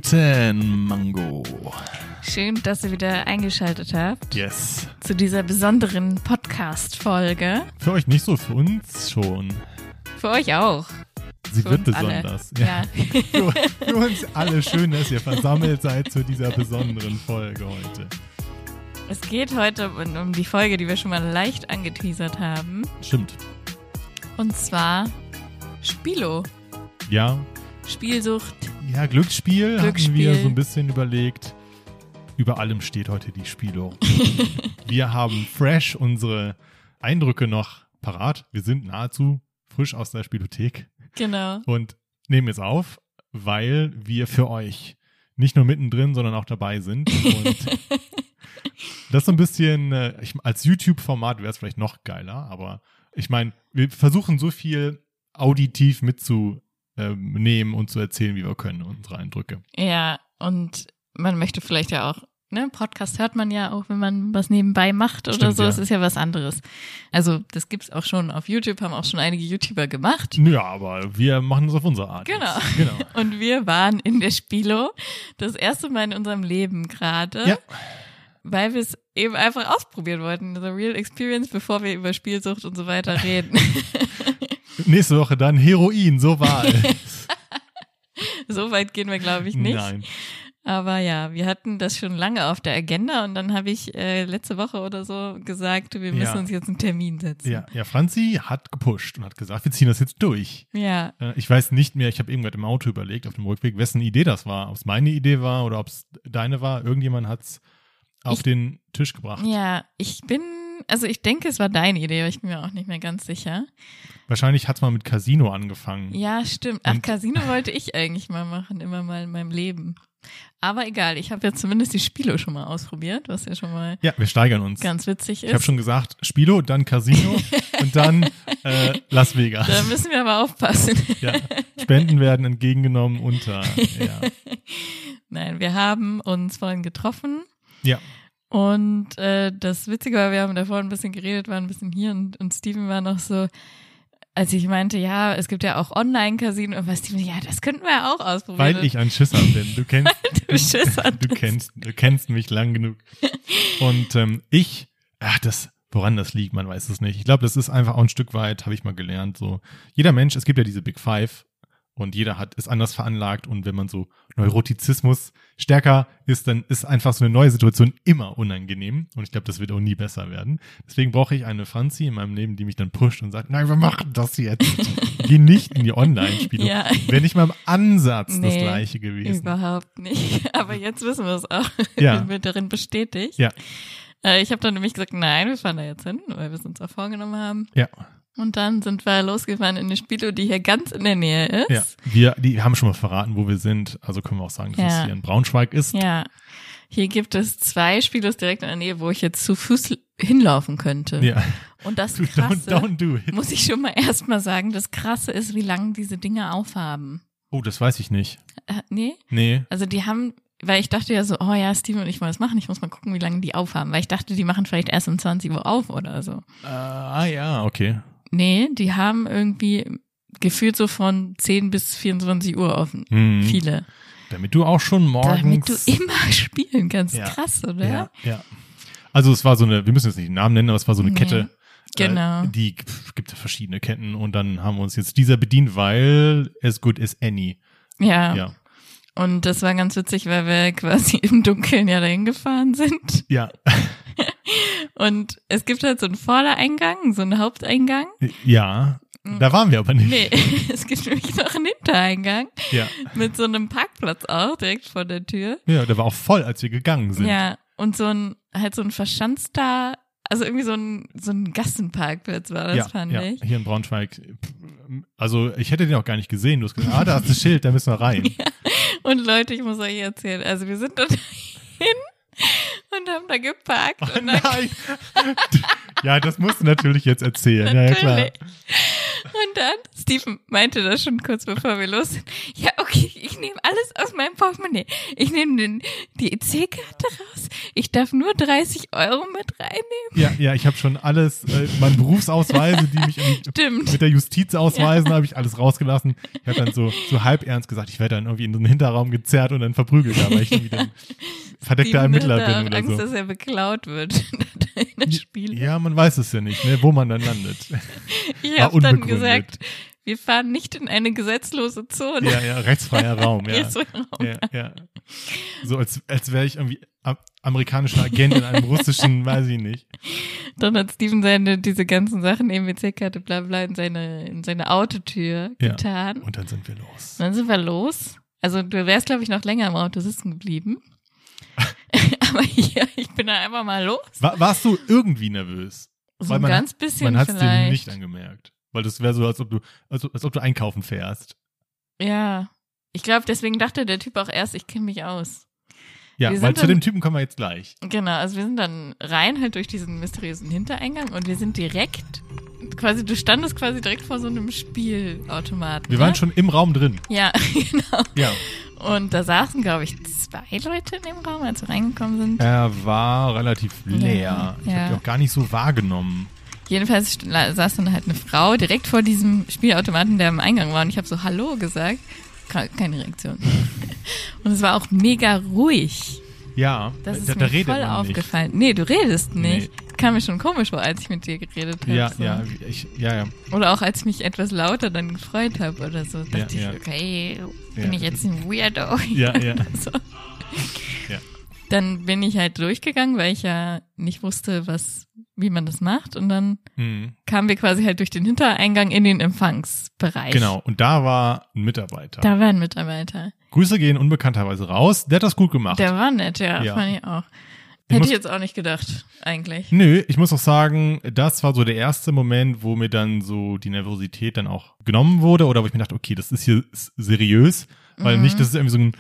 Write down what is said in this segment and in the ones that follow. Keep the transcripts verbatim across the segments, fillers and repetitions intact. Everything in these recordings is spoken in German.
Guten Mango. Schön, dass ihr wieder eingeschaltet habt. Yes. Zu dieser besonderen Podcast-Folge. Für euch nicht so, für uns schon. Für euch auch. Sie für wird uns besonders. Alle. Ja. ja. für, für uns alle schön, dass ihr versammelt seid zu dieser besonderen Folge heute. Es geht heute um, um die Folge, die wir schon mal leicht angeteasert haben. Stimmt. Und zwar Spielo. Ja. Spielsucht. Ja, Glücksspiel, Glücksspiel hatten wir so ein bisschen überlegt. Über allem steht heute die Spielo. Wir haben fresh unsere Eindrücke noch parat. Wir sind nahezu frisch aus der Spielothek. Genau. Und nehmen jetzt auf, weil wir für euch nicht nur mittendrin, sondern auch dabei sind. Und das so ein bisschen, äh, ich, als YouTube-Format wäre es vielleicht noch geiler, aber ich meine, wir versuchen so viel auditiv mitzunehmen und zu erzählen, wie wir können, unsere Eindrücke. Ja, und man möchte vielleicht ja auch, ne, Podcast hört man ja auch, wenn man was nebenbei macht oder Stimmt, so, ja. es ist ja was anderes. Also das gibt's auch schon auf YouTube, haben auch schon einige YouTuber gemacht. Ja, aber wir machen es auf unsere Art. Genau. Jetzt. Genau. Und wir waren in der Spielo das erste Mal in unserem Leben gerade, Ja. weil wir es eben einfach ausprobieren wollten, so Real Experience, bevor wir über Spielsucht und so weiter reden. Nächste Woche dann Heroin, so war es. So weit gehen wir, glaube ich, nicht. Nein. Aber ja, wir hatten das schon lange auf der Agenda und dann habe ich äh, letzte Woche oder so gesagt, wir müssen Ja. uns jetzt einen Termin setzen. Ja, ja, Franzi hat gepusht und hat gesagt, wir ziehen das jetzt durch. Ja. Äh, Ich weiß nicht mehr, ich habe eben gerade im Auto überlegt, auf dem Rückweg, wessen Idee das war. Ob es meine Idee war oder ob es deine war. Irgendjemand hat es auf Ich- den Tisch gebracht. Ja, ich bin, also ich denke, es war deine Idee, aber ich bin mir auch nicht mehr ganz sicher. Wahrscheinlich hat es mal mit Casino angefangen. Ja, stimmt. Ach, Und- Casino wollte ich eigentlich mal machen, immer mal in meinem Leben. Aber egal, ich habe jetzt zumindest die Spielo schon mal ausprobiert, was ja schon mal Ja, wir steigern uns. ganz witzig ist. Ich habe schon gesagt, Spielo, dann Casino und dann äh, Las Vegas. Da müssen wir aber aufpassen. Ja, Spenden werden entgegengenommen unter. Ja. Nein, wir haben uns vorhin getroffen. Ja. Und äh, das Witzige war, wir haben davor ein bisschen geredet, waren ein bisschen hier und, und Steven war noch so, als ich meinte, ja, es gibt ja auch Online-Casino, und war Steven, ja, das könnten wir ja auch ausprobieren. Weil ich ein Schisser bin. Du kennst, Du Schisser du bist. kennst, du kennst mich lang genug. Und ähm, ich, ach, das, woran das liegt, man weiß es nicht. Ich glaube, das ist einfach auch ein Stück weit, habe ich mal gelernt. So, jeder Mensch, es gibt ja diese Big Five. Und jeder hat, ist anders veranlagt. Und wenn man so Neurotizismus stärker ist, dann ist einfach so eine neue Situation immer unangenehm. Und ich glaube, das wird auch nie besser werden. Deswegen brauche ich eine Franzi in meinem Leben, die mich dann pusht und sagt, nein, wir machen das jetzt. Geh nicht in die Online-Spiele. Ja. Wäre nicht mal im Ansatz das Nee, Gleiche gewesen. Überhaupt nicht. Aber jetzt wissen wir es auch. Ja. Sind wir darin bestätigt. Ja. Äh, ich habe dann nämlich gesagt, nein, wir fahren da jetzt hin, weil wir es uns auch vorgenommen haben. Ja, Und dann sind wir losgefahren in eine Spielo, die hier ganz in der Nähe ist. ja. Wir, die haben schon mal verraten, wo wir sind. Also können wir auch sagen, dass Ja. es hier in Braunschweig ist. Ja. Hier gibt es zwei Spielos direkt in der Nähe, wo ich jetzt zu Fuß hinlaufen könnte. Ja. Und das Don't, Krasse, don't do it. muss ich schon mal erstmal sagen, das Krasse ist, wie lange diese Dinge aufhaben. Oh, das weiß ich nicht. Äh, nee? Nee. Also die haben, weil ich dachte ja so, oh ja, Steven und ich wollen das machen, ich muss mal gucken, wie lange die aufhaben. Weil ich dachte, die machen vielleicht erst um zwanzig Uhr auf oder so. Äh, ah ja, okay. Nee, die haben irgendwie gefühlt so von zehn bis vierundzwanzig Uhr offen. Hm. Viele. Damit du auch schon morgens. Damit du immer spielen kannst. Ja. Krass, oder? Ja, ja. Also es war so eine, wir müssen jetzt nicht den Namen nennen, aber es war so eine Nee. Kette. Genau. Äh, die pf, gibt ja verschiedene Ketten und dann haben wir uns jetzt dieser bedient, weil as good as any. Ja. Ja. Und das war ganz witzig, weil wir quasi im Dunkeln ja dahin gefahren sind. Ja. Und es gibt halt so einen Vordereingang, so einen Haupteingang. Ja. Da waren wir aber nicht. Nee, es gibt nämlich noch einen Hintereingang Ja. mit so einem Parkplatz auch direkt vor der Tür. Ja, der war auch voll, als wir gegangen sind. Ja, und so ein, halt so ein verschanzter, also irgendwie so ein, so ein Gassenparkplatz war das, ja, fand ja. ich. Hier in Braunschweig. Also ich hätte den auch gar nicht gesehen. Du hast gesagt, ah, da ist das Schild, da müssen wir rein. Und Leute, ich muss euch erzählen, also wir sind da hin und haben da geparkt. Oh und dann, nein. Ja, das musst du natürlich jetzt erzählen. Ja, ja, klar. Natürlich. Und dann, Steven meinte das schon kurz bevor wir los sind, ja, okay, ich nehme alles aus meinem Portemonnaie. Ich nehme den, die E C-Karte raus. Ich darf nur dreißig Euro mit reinnehmen. Ja, ja, ich habe schon alles, äh, meine Berufsausweise, die mich irgendwie mit der Justiz ausweisen, ja. habe ich alles rausgelassen. Ich habe dann so, so halb ernst gesagt, ich werde dann irgendwie in so einen Hinterraum gezerrt und dann verprügelt, weil ich irgendwie dann verdeckter Ermittler bin oder Angst, so. dass er beklaut wird. Spiele. Ja, man weiß es ja nicht, ne, wo man dann landet. Ich habe dann gesagt, wir fahren nicht in eine gesetzlose Zone. Ja, ja, rechtsfreier Raum, ja. Raum. ja, ja. So als, als wäre ich irgendwie amerikanischer Agent in einem russischen, weiß ich nicht. Dann hat Steven seine, diese ganzen Sachen, E M C-Karte, bla bla, in seine, in seine Autotür ja. getan. Und dann sind wir los. Dann sind wir los. Also du wärst, glaube ich, noch länger im Auto sitzen geblieben. Aber hier, ich bin dann einfach mal los. War, warst du irgendwie nervös? So Weil ein man ganz hat, bisschen Man hat es dir vielleicht. nicht angemerkt. Weil das wäre so, als ob du, als, als ob du einkaufen fährst. Ja. Ich glaube, deswegen dachte der Typ auch erst, ich kenne mich aus. Ja, Wir weil sind zu dann- dem Typen kommen wir jetzt gleich. Genau, also wir sind dann rein halt durch diesen mysteriösen Hintereingang und wir sind direkt, quasi, du standest quasi direkt vor so einem Spielautomaten. Wir ne? waren schon im Raum drin. Ja, genau. Ja. Und da saßen, glaube ich, zwei Leute in dem Raum, als wir reingekommen sind. Er war relativ leer. Ja, Ich ja. habe die auch gar nicht so wahrgenommen. Jedenfalls st- saß dann halt eine Frau direkt vor diesem Spielautomaten, der am Eingang war. Und ich habe so Hallo gesagt. Ke- Keine Reaktion. Und es war auch mega ruhig. Ja, Das ist da, da mir redet voll man aufgefallen. Nee, du redest nicht. Nee. Kam mir schon komisch vor, als ich mit dir geredet habe. nicht. Ja, so. ja, ich, ja, ja. Oder auch als ich mich etwas lauter dann gefreut habe oder so. Dachte Ja, ja. ich, okay, bin Ja. ich jetzt ein Weirdo? Ja, ja. so. Ja. Dann bin ich halt durchgegangen, weil ich ja nicht wusste, was, wie man das macht. Und dann Mhm. kamen wir quasi halt durch den Hintereingang in den Empfangsbereich. Genau, und da war ein Mitarbeiter. Da war ein Mitarbeiter. Grüße gehen unbekannterweise raus. Der hat das gut gemacht. Der war nett, ja, Ja. fand ich auch. Ich Hätte muss- ich jetzt auch nicht gedacht, eigentlich. Nö, ich muss auch sagen, das war so der erste Moment, wo mir dann so die Nervosität dann auch genommen wurde oder wo ich mir dachte, okay, das ist hier s- seriös, weil Mhm. nicht, dass es irgendwie so ein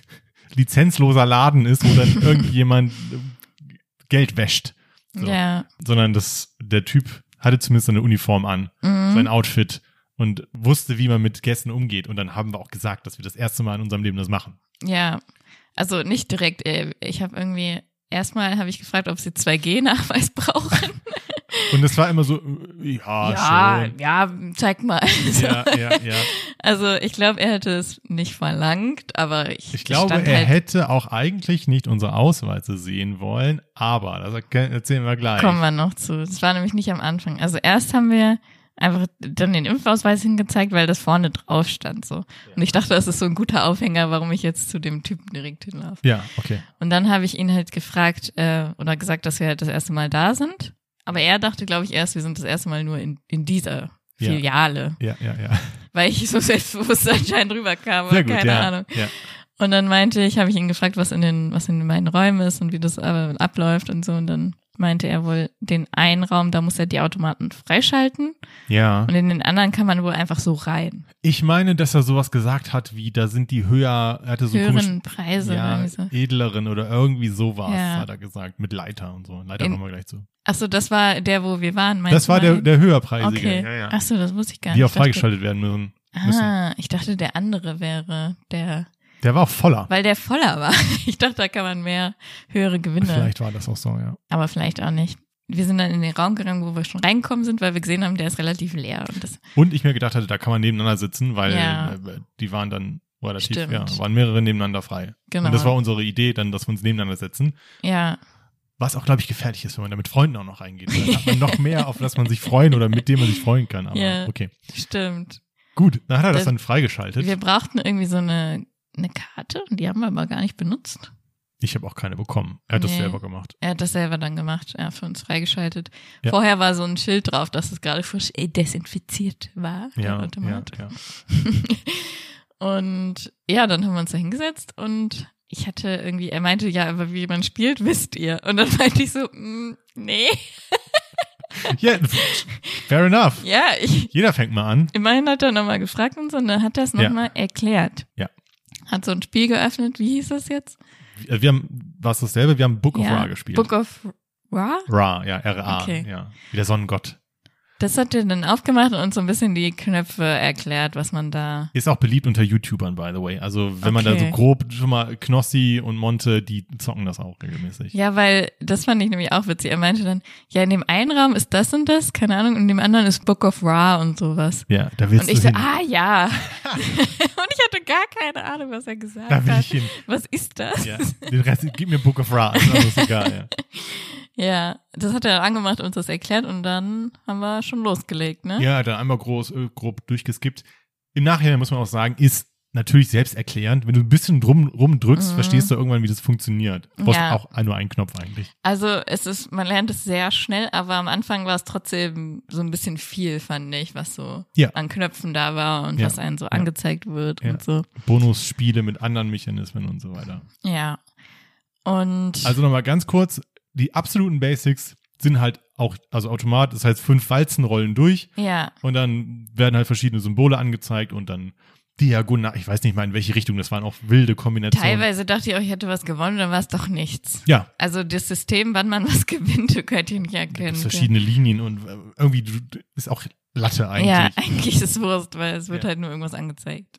lizenzloser Laden ist, wo dann irgendjemand äh, Geld wäscht, so. Ja. sondern das, der Typ hatte zumindest eine Uniform an, Mhm. sein Outfit und wusste, wie man mit Gästen umgeht und dann haben wir auch gesagt, dass wir das erste Mal in unserem Leben das machen. Ja. Also nicht direkt, äh, ich habe irgendwie, erstmal habe ich gefragt, ob sie zwei G Nachweis brauchen. Und es war immer so, äh, ja, ja, schon. ja, zeig mal. So. Ja, ja, ja. Also ich glaube, er hätte es nicht verlangt, aber ich, Ich glaube, stand er halt, hätte auch eigentlich nicht unsere Ausweise sehen wollen, aber das erke- erzählen wir gleich. kommen wir noch zu. Das war nämlich nicht am Anfang. Also erst haben wir einfach dann den Impfausweis hingezeigt, weil das vorne drauf stand so. Und ich dachte, das ist so ein guter Aufhänger, warum ich jetzt zu dem Typen direkt hinlaufe. Ja, okay. Und dann habe ich ihn halt gefragt äh, oder gesagt, dass wir halt das erste Mal da sind. Aber er dachte, glaube ich, erst, wir sind das erste Mal nur in, in dieser Ja. Filiale. Ja, ja, ja. Weil ich so selbstbewusst anscheinend rüberkam, Sehr aber gut, keine ja. Ahnung. Ja. Und dann meinte ich, habe ich ihn gefragt, was in den, was in meinen Räumen ist und wie das äh, abläuft und so. Und dann meinte er wohl, den einen Raum, da muss er die Automaten freischalten. Ja. Und in den anderen kann man wohl einfach so rein. Ich meine, dass er sowas gesagt hat, wie da sind die höher, er hatte so Höheren komisch, Preise. ja, irgendwie so. edleren oder irgendwie sowas, Ja. hat er gesagt, mit Leiter und so. Leiter In- kommen wir gleich zu. Ach so, das war der, wo wir waren, meinst Das war du der, mal? der höherpreisige, Okay. ja, ja. Ach so, das wusste ich gar die nicht. auch Ich dachte- freigeschaltet werden müssen. müssen. Ah, ich dachte, der andere wäre der, Der war auch voller. weil der voller war. Ich dachte, da kann man mehr höhere Gewinne. Vielleicht war das auch so, ja. Aber vielleicht auch nicht. Wir sind dann in den Raum gegangen, wo wir schon reingekommen sind, weil wir gesehen haben, der ist relativ leer. Und das, Und ich mir gedacht hatte, da kann man nebeneinander sitzen, weil Ja. äh, die waren dann relativ, Stimmt. ja, waren mehrere nebeneinander frei. genau. Und das war unsere Idee, dann, dass wir uns nebeneinander setzen. ja, Was auch, glaube ich, gefährlich ist, wenn man da mit Freunden auch noch reingeht. Dann hat man noch mehr, auf das man sich freuen oder mit dem man sich freuen kann. Aber Ja. okay. stimmt. Gut, dann hat er das, Das- dann freigeschaltet. Wir brauchten irgendwie so eine, eine Karte und die haben wir aber gar nicht benutzt. Ich habe auch keine bekommen. Er hat das Nee. selber gemacht. Er hat das selber dann gemacht, ja, für uns freigeschaltet. Ja. Vorher war so ein Schild drauf, dass es gerade frisch äh, desinfiziert war, der Ja, ja, Automat. ja. Und ja, dann haben wir uns da hingesetzt und ich hatte irgendwie, er meinte, ja, aber wie man spielt, wisst ihr. Und dann meinte ich so, mm, nee. Ja, fair enough. Ja, ich, Jeder fängt mal an. immerhin hat er nochmal gefragt und so, und dann hat er es Ja. nochmal erklärt. Ja. Hat so ein Spiel geöffnet, wie hieß das jetzt? Wir haben, war es dasselbe? Wir haben Book of ja, Ra gespielt. Book of Ra? Ra, ja, R A, Okay. ja. Wie der Sonnengott. Das hat er dann aufgemacht und uns so ein bisschen die Knöpfe erklärt, was man da... Ist auch beliebt unter YouTubern, by the way. Also wenn okay. man da so grob schon mal Knossi und Monte, die zocken das auch regelmäßig. Ja, weil das fand ich nämlich auch witzig. Er meinte dann, ja, in dem einen Raum ist das und das, keine Ahnung, und in dem anderen ist Book of Ra und sowas. Ja, da willst und ich du so, hin. ah ja. Und ich hatte gar keine Ahnung, was er gesagt da will hat. Ich hin. Was ist das? Ja, den Rest, gib mir Book of Ra, also das ist egal, ja. Ja, das hat er dann angemacht und uns das erklärt und dann haben wir schon losgelegt, ne? Ja, dann einmal groß, äh, grob durchgeskippt. Im Nachhinein muss man auch sagen, ist natürlich selbsterklärend. Wenn du ein bisschen drum rumdrückst, mhm. verstehst du irgendwann, wie das funktioniert. Du brauchst ja. auch nur einen Knopf eigentlich. Also es ist, man lernt es sehr schnell, aber am Anfang war es trotzdem so ein bisschen viel, fand ich, was so ja. an Knöpfen da war und ja. was einem so ja. angezeigt wird ja. und so. Bonusspiele mit anderen Mechanismen und so weiter. Ja. Und also nochmal ganz kurz, die absoluten Basics sind halt auch, also Automat, das heißt fünf Walzen rollen durch ja. und dann werden halt verschiedene Symbole angezeigt und dann diagonal, ich weiß nicht mal in welche Richtung, das waren auch wilde Kombinationen. Teilweise dachte ich auch, ich hätte was gewonnen, dann war es doch nichts. Ja. Also das System, wann man was gewinnt, könnt ihr nicht erkennen. Verschiedene Linien und irgendwie ist auch Latte eigentlich. Ja, eigentlich ist es Wurst, weil es wird ja. halt nur irgendwas angezeigt.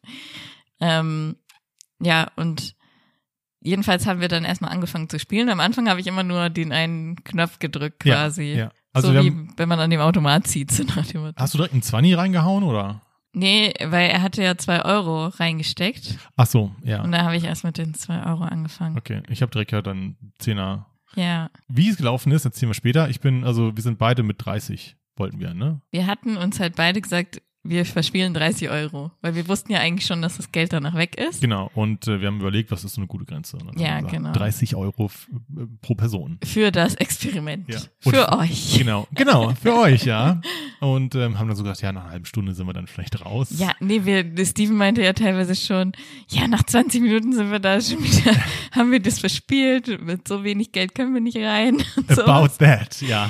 Ähm, ja, und jedenfalls haben wir dann erstmal angefangen zu spielen. Am Anfang habe ich immer nur den einen Knopf gedrückt quasi. Ja, ja. Also so wie haben, wenn man an dem Automat zieht. So nach dem Motto. Hast du direkt einen Zwanni reingehauen oder? Nee, weil er hatte ja zwei Euro reingesteckt. Ach so, ja. Und da habe ich erst mit den zwei Euro angefangen. Okay, ich habe direkt ja dann Zehner. Ja. Wie es gelaufen ist, erzählen wir später. Ich bin, also wir sind beide mit dreißig, wollten wir, ne? Wir hatten uns halt beide gesagt, wir verspielen dreißig Euro, weil wir wussten ja eigentlich schon, dass das Geld danach weg ist. Genau, und äh, wir haben überlegt, was ist so eine gute Grenze. Und dann ja, haben wir gesagt, genau. dreißig Euro f- äh, pro Person. Für das Experiment. Ja. Für und, euch. Genau, genau, für euch, ja. Und ähm, haben dann so gesagt, ja, nach einer halben Stunde sind wir dann vielleicht raus. Ja, nee, wir, Steven meinte ja teilweise schon, ja, nach zwanzig Minuten sind wir da schon wieder, haben wir das verspielt, mit so wenig Geld können wir nicht rein. About that, ja.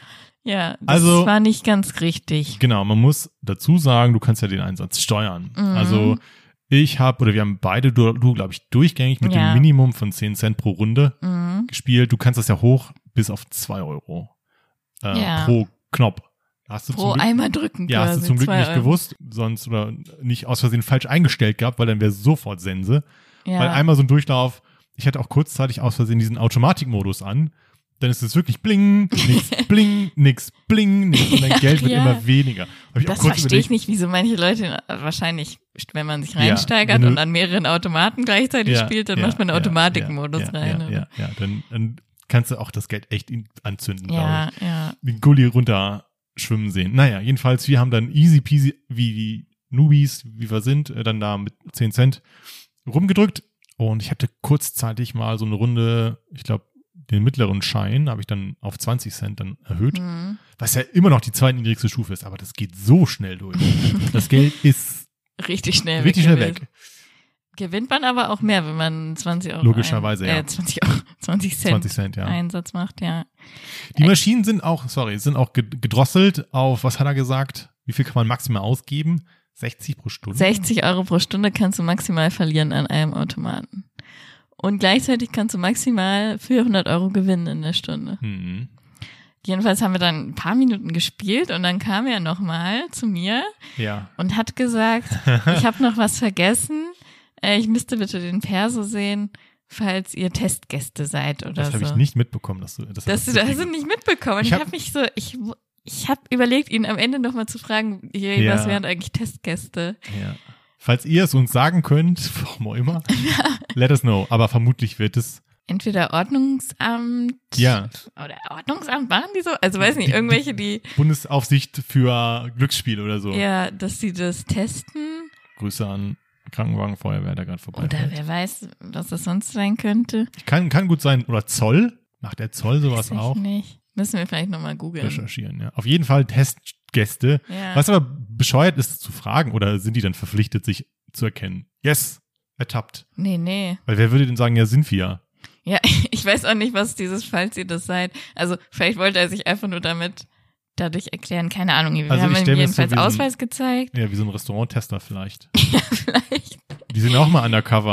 Ja, das also, war nicht ganz richtig. Genau, man muss dazu sagen, du kannst ja den Einsatz steuern. Mhm. Also ich habe, oder wir haben beide, du, du glaube ich, durchgängig mit ja. dem Minimum von zehn Cent pro Runde mhm. gespielt. Du kannst das ja hoch bis auf zwei Euro äh, ja. pro Knopf. Hast du pro zum einmal drücken Ja, quasi, hast du zum Glück nicht Euro. gewusst, sonst oder nicht aus Versehen falsch eingestellt gehabt, weil dann wäre sofort Sense. Ja. Weil einmal so ein Durchlauf, ich hatte auch kurzzeitig aus Versehen diesen Automatikmodus an. Dann ist es wirklich bling, nix, bling, nix, bling, nix. Und dein Geld wird ja. immer weniger. Hab ich das auch kurz verstehe ich nicht, wieso manche Leute, wahrscheinlich, wenn man sich reinsteigert ja, und an mehreren Automaten gleichzeitig ja, spielt, dann ja, macht man einen ja, Automatikmodus ja, rein. Ja, ja, ja. Dann, dann kannst du auch das Geld echt anzünden, ja, glaube ich. Ja. Den Gully runter schwimmen sehen. Naja, jedenfalls, wir haben dann easy peasy, wie die Newbies, wie wir sind, dann da mit zehn Cent rumgedrückt. Und ich hatte kurzzeitig mal so eine Runde, ich glaube, den mittleren Schein habe ich dann auf zwanzig Cent dann erhöht, mhm. was ja immer noch die zweitniedrigste Stufe ist, aber das geht so schnell durch. Das Geld ist richtig schnell richtig weg. schnell weg. Gewinnt man aber auch mehr, wenn man zwanzig Euro Logischerweise, ein, ja. Äh, zwanzig Euro, zwanzig Cent, zwanzig Cent, ja. Einsatz macht, ja. Die Maschinen sind auch, sorry, sind auch gedrosselt auf, was hat er gesagt? Wie viel kann man maximal ausgeben? sechzig pro Stunde? sechzig Euro pro Stunde kannst du maximal verlieren an einem Automaten. Und gleichzeitig kannst du maximal vierhundert Euro gewinnen in der Stunde. Mhm. Jedenfalls haben wir dann ein paar Minuten gespielt und dann kam er nochmal zu mir ja. und hat gesagt, ich habe noch was vergessen, äh, ich müsste bitte den Perso sehen, falls ihr Testgäste seid oder das so. Das habe ich nicht mitbekommen. Dass du, das das, das hast du nicht mitbekommen. Ich, ich habe hab mich so, ich, ich habe überlegt, ihn am Ende nochmal zu fragen, hier, ja. was wären eigentlich Testgäste? Ja. Falls ihr es uns sagen könnt, warum auch immer, let us know. Aber vermutlich wird es entweder Ordnungsamt ja. oder Ordnungsamt, machen die so? Also weiß nicht, irgendwelche, die Bundesaufsicht für Glücksspiel oder so. Ja, dass sie das testen. Grüße an Krankenwagen, Feuerwehr, der gerade vorbei Oder wer weiß, was das sonst sein könnte. Kann, kann gut sein. Oder Zoll. Macht der Zoll sowas weiß ich auch? Nicht. Müssen wir vielleicht nochmal googeln. Recherchieren, ja. Auf jeden Fall Testgäste. Ja. Was aber bescheuert ist zu fragen, oder sind die dann verpflichtet, sich zu erkennen? Yes, ertappt. Nee, nee. Weil wer würde denn sagen, ja, sind wir? Ja, ich weiß auch nicht, was dieses, falls ihr das seid. Also vielleicht wollte er sich einfach nur damit dadurch erklären, keine Ahnung. Wir also haben ihm jedenfalls so Ausweis ein, gezeigt. Ja, wie so ein Restauranttester vielleicht. Ja, vielleicht. Die sind auch mal undercover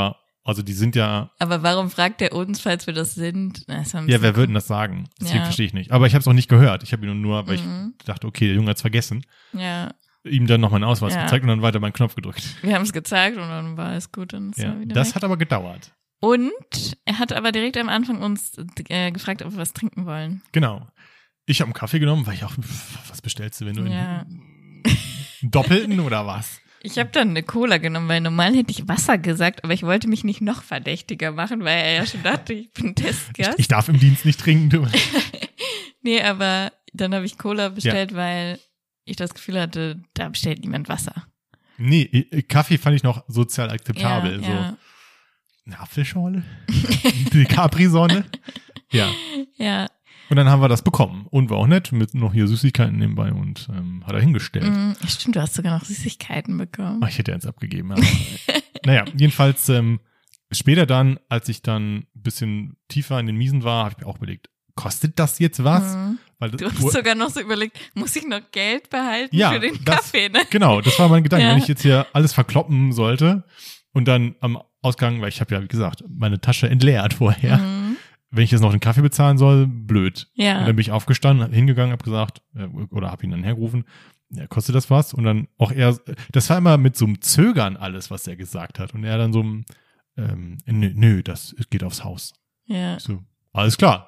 Also die sind ja. Aber warum fragt er uns, falls wir das sind? Na, das Ja, wer würde denn das sagen? Deswegen Ja. verstehe ich nicht. Aber ich habe es auch nicht gehört. Ich habe ihn nur, weil Mhm. ich dachte, okay, der Junge hat's vergessen. Ja, Ihm dann noch meinen Ausweis Ja. gezeigt und dann weiter meinen Knopf gedrückt. wir haben es gezeigt und dann war es gut und es Ja, war wieder das weg. hat aber gedauert. Und er hat aber direkt am Anfang uns äh, gefragt, ob wir was trinken wollen. Genau. Ich habe einen Kaffee genommen, weil ich auch, pff, was bestellst du, wenn du Ja. einen Doppelten oder was? Ich habe dann eine Cola genommen, weil normal hätte ich Wasser gesagt, aber ich wollte mich nicht noch verdächtiger machen, weil er ja schon dachte, ich bin Testgast. Ich, ich darf im Dienst nicht trinken, du. Nee, aber dann habe ich Cola bestellt, weil ich das Gefühl hatte, da bestellt niemand Wasser. Nee, Kaffee fand ich noch sozial akzeptabel. Ja, so ja. eine Apfelschorle? Die Capri-Sonne? Ja. Ja, Und dann haben wir das bekommen. Und war auch nett, mit noch hier Süßigkeiten nebenbei und ähm, hat er hingestellt. mm, stimmt, du hast sogar noch Süßigkeiten bekommen. Ach, ich hätte eins abgegeben. Aber, naja, jedenfalls ähm, später dann, als ich dann ein bisschen tiefer in den Miesen war, habe ich mir auch überlegt, kostet das jetzt was? Mhm. Weil das, Du hast sogar noch so überlegt, muss ich noch Geld behalten Ja, für den das- Kaffee, ne? Genau, das war mein Gedanke. Ja. Wenn ich jetzt hier alles verkloppen sollte und dann am Ausgang, weil ich habe ja, wie gesagt, meine Tasche entleert vorher, Mhm. wenn ich jetzt noch den Kaffee bezahlen soll, blöd. Und Ja, dann bin ich aufgestanden, hab hingegangen, habe gesagt, äh, oder habe ihn dann hergerufen, ja, kostet das was? Und dann auch er, das war immer mit so einem Zögern alles, was er gesagt hat. Und er dann so, einem, ähm, nö, nö, das geht aufs Haus. ja. Ich so, alles klar.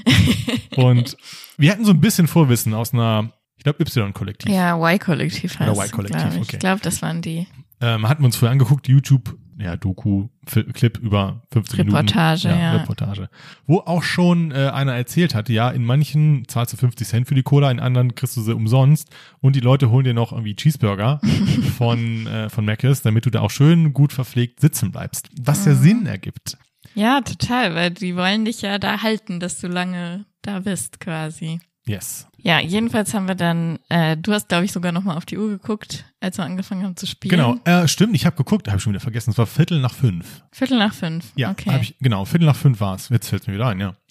Und wir hatten so ein bisschen Vorwissen aus einer, ich glaube, Y-Kollektiv. Ja, Y-Kollektiv heißt Oder Y-Kollektiv, glaub ich. okay. Ich glaube, das waren die Ähm, hatten wir uns vorher angeguckt, YouTube, ja, Doku, Fil- Clip über fünfzehn Reportage, Minuten. ja. Reportage. Wo auch schon äh, einer erzählt hatte, ja, in manchen zahlst du fünfzig Cent für die Cola, in anderen kriegst du sie umsonst und die Leute holen dir noch irgendwie Cheeseburger von, äh, von Mc's, damit du da auch schön gut verpflegt sitzen bleibst. Was ja Mhm. Sinn ergibt. Ja, total, weil die wollen dich ja da halten, dass du lange da bist quasi. Yes. Ja, jedenfalls haben wir dann, äh, du hast, glaube ich, sogar nochmal auf die Uhr geguckt, als wir angefangen haben zu spielen. Genau, äh, stimmt, ich habe geguckt, habe ich schon wieder vergessen, es war Viertel nach fünf. Viertel nach fünf. Ja, okay. hab ich, genau, Viertel nach fünf war es. Jetzt fällt mir wieder ein, ja.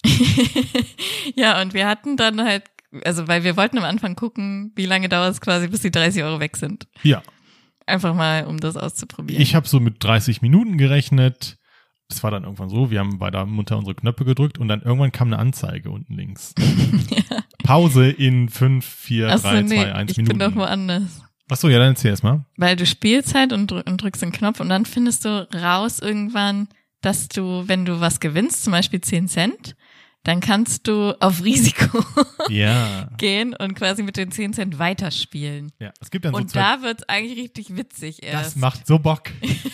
Ja, und wir hatten dann halt, also weil wir wollten am Anfang gucken, wie lange dauert es quasi, bis die dreißig Euro weg sind. Ja, Einfach mal, um das auszuprobieren. ich habe so mit dreißig Minuten gerechnet. Das war dann irgendwann so, wir haben bei der Mutter unsere Knöpfe gedrückt und dann irgendwann kam eine Anzeige unten links. ja. Pause in fünf, vier, Achso, drei, nee, zwei, eins ich Minuten. bin doch woanders. Achso, ja, dann erzähl erst mal. Weil du spielst halt und, drück, und drückst den Knopf und dann findest du raus irgendwann, dass du, wenn du was gewinnst, zum Beispiel zehn Cent, dann kannst du auf Risiko Ja. gehen und quasi mit den zehn Cent weiterspielen. Ja, es gibt dann so Und zwei, da wird's eigentlich richtig witzig erst. das macht so Bock.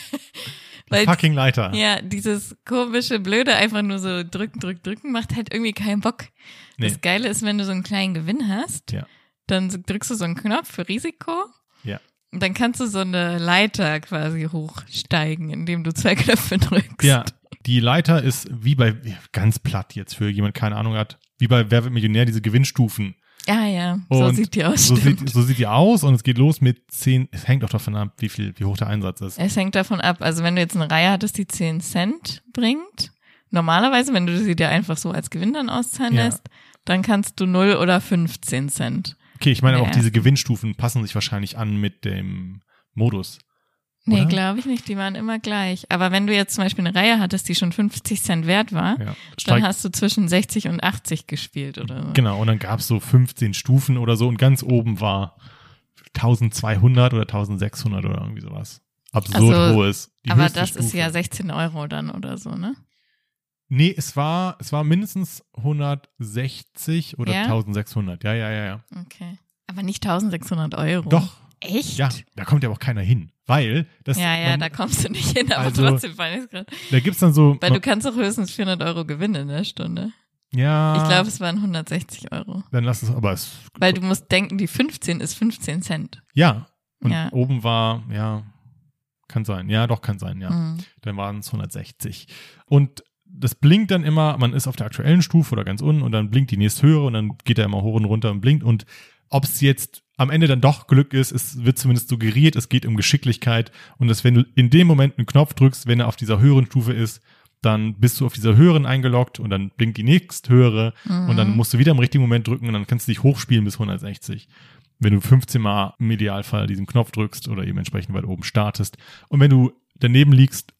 Die Weil- fucking Leiter. Ja, dieses komische, blöde, einfach nur so drücken, drücken, drücken, macht halt irgendwie keinen Bock. Nee. Das Geile ist, wenn du so einen kleinen Gewinn hast, Ja. dann so- drückst du so einen Knopf für Risiko Ja. und dann kannst du so eine Leiter quasi hochsteigen, indem du zwei Knöpfe drückst. Ja, die Leiter ist wie bei, ganz platt jetzt für jemand keine Ahnung hat, wie bei Wer wird Millionär, diese Gewinnstufen. Ah ja, so Und sieht die aus, So stimmt. sieht, so sieht die aus und es geht los mit zehn, es hängt auch davon ab, wie viel, wie hoch der Einsatz ist. Es hängt davon ab, also wenn du jetzt eine Reihe hattest, die zehn Cent bringt, normalerweise, wenn du sie dir einfach so als Gewinn dann auszahlen Ja. lässt, dann kannst du null oder fünfzehn Cent. Okay, ich meine aber auch Ja. diese Gewinnstufen passen sich wahrscheinlich an mit dem Modus. Nee, Oder? glaube ich nicht, die waren immer gleich. Aber wenn du jetzt zum Beispiel eine Reihe hattest, die schon fünfzig Cent wert war, Ja. dann Steigt, hast du zwischen sechzig und achtzig gespielt oder so. genau, und dann gab es so fünfzehn Stufen oder so und ganz oben war eintausendzweihundert oder eintausendsechshundert oder irgendwie sowas. Absurd Also, hohes. Die Aber höchste das ist Stufe. ja sechzehn Euro dann oder so, ne? Nee, es war, es war mindestens hundertsechzig oder Ja? eintausendsechshundert. Ja, ja, ja, ja. Okay. Aber nicht eintausendsechshundert Euro. Doch, Echt? ja, da kommt ja auch keiner hin. Weil, das, Ja, ja, man, da kommst du nicht hin, aber Also, trotzdem fand ich es gerade. da gibt's dann so, Weil du kannst doch höchstens vierhundert Euro gewinnen in der Stunde. ja, Ich glaube, es waren hundertsechzig Euro. dann lass es, aber es, Weil du musst denken, die fünfzehn ist fünfzehn Cent. ja, und Ja. oben war, ja, kann sein, ja, doch, kann sein, ja. Mhm. Dann waren es hundertsechzig. Und das blinkt dann immer, man ist auf der aktuellen Stufe oder ganz unten und dann blinkt die nächsthöhere und dann geht er immer hoch und runter und blinkt und ob es jetzt am Ende dann doch Glück ist, es wird zumindest suggeriert, es geht um Geschicklichkeit und dass wenn du in dem Moment einen Knopf drückst, wenn er auf dieser höheren Stufe ist, dann bist du auf dieser höheren eingeloggt und dann blinkt die nächsthöhere Mhm. und dann musst du wieder im richtigen Moment drücken und dann kannst du dich hochspielen bis hundertsechzig. Wenn du fünfzehn Mal im Idealfall diesen Knopf drückst oder eben entsprechend weit oben startest. Und wenn du daneben liegst,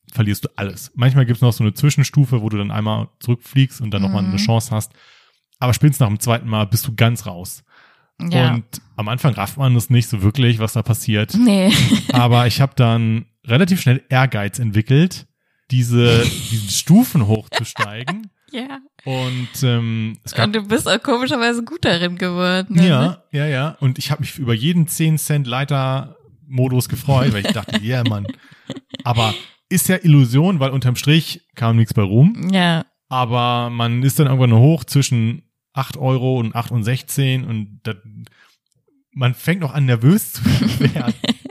verlierst du alles. Manchmal gibt es noch so eine Zwischenstufe, wo du dann einmal zurückfliegst und dann Mhm. nochmal eine Chance hast. Aber spätestens nach dem zweiten Mal bist du ganz raus. Ja. Und am Anfang rafft man das nicht so wirklich, was da passiert. Nee. Aber ich habe dann relativ schnell Ehrgeiz entwickelt, diese diesen Stufen hochzusteigen. Ja. Und ähm, es gab Und du bist auch komischerweise gut darin geworden. Ne? ja, ja, ja. Und ich habe mich über jeden zehn Cent Leiter-Modus gefreut, weil ich dachte, ja, yeah, Mann. Aber ist ja Illusion, weil unterm Strich kam nichts bei rum. Ja. Aber man ist dann irgendwann nur hoch zwischen acht Euro und acht und sechzehn und das, man fängt auch an, nervös zu werden.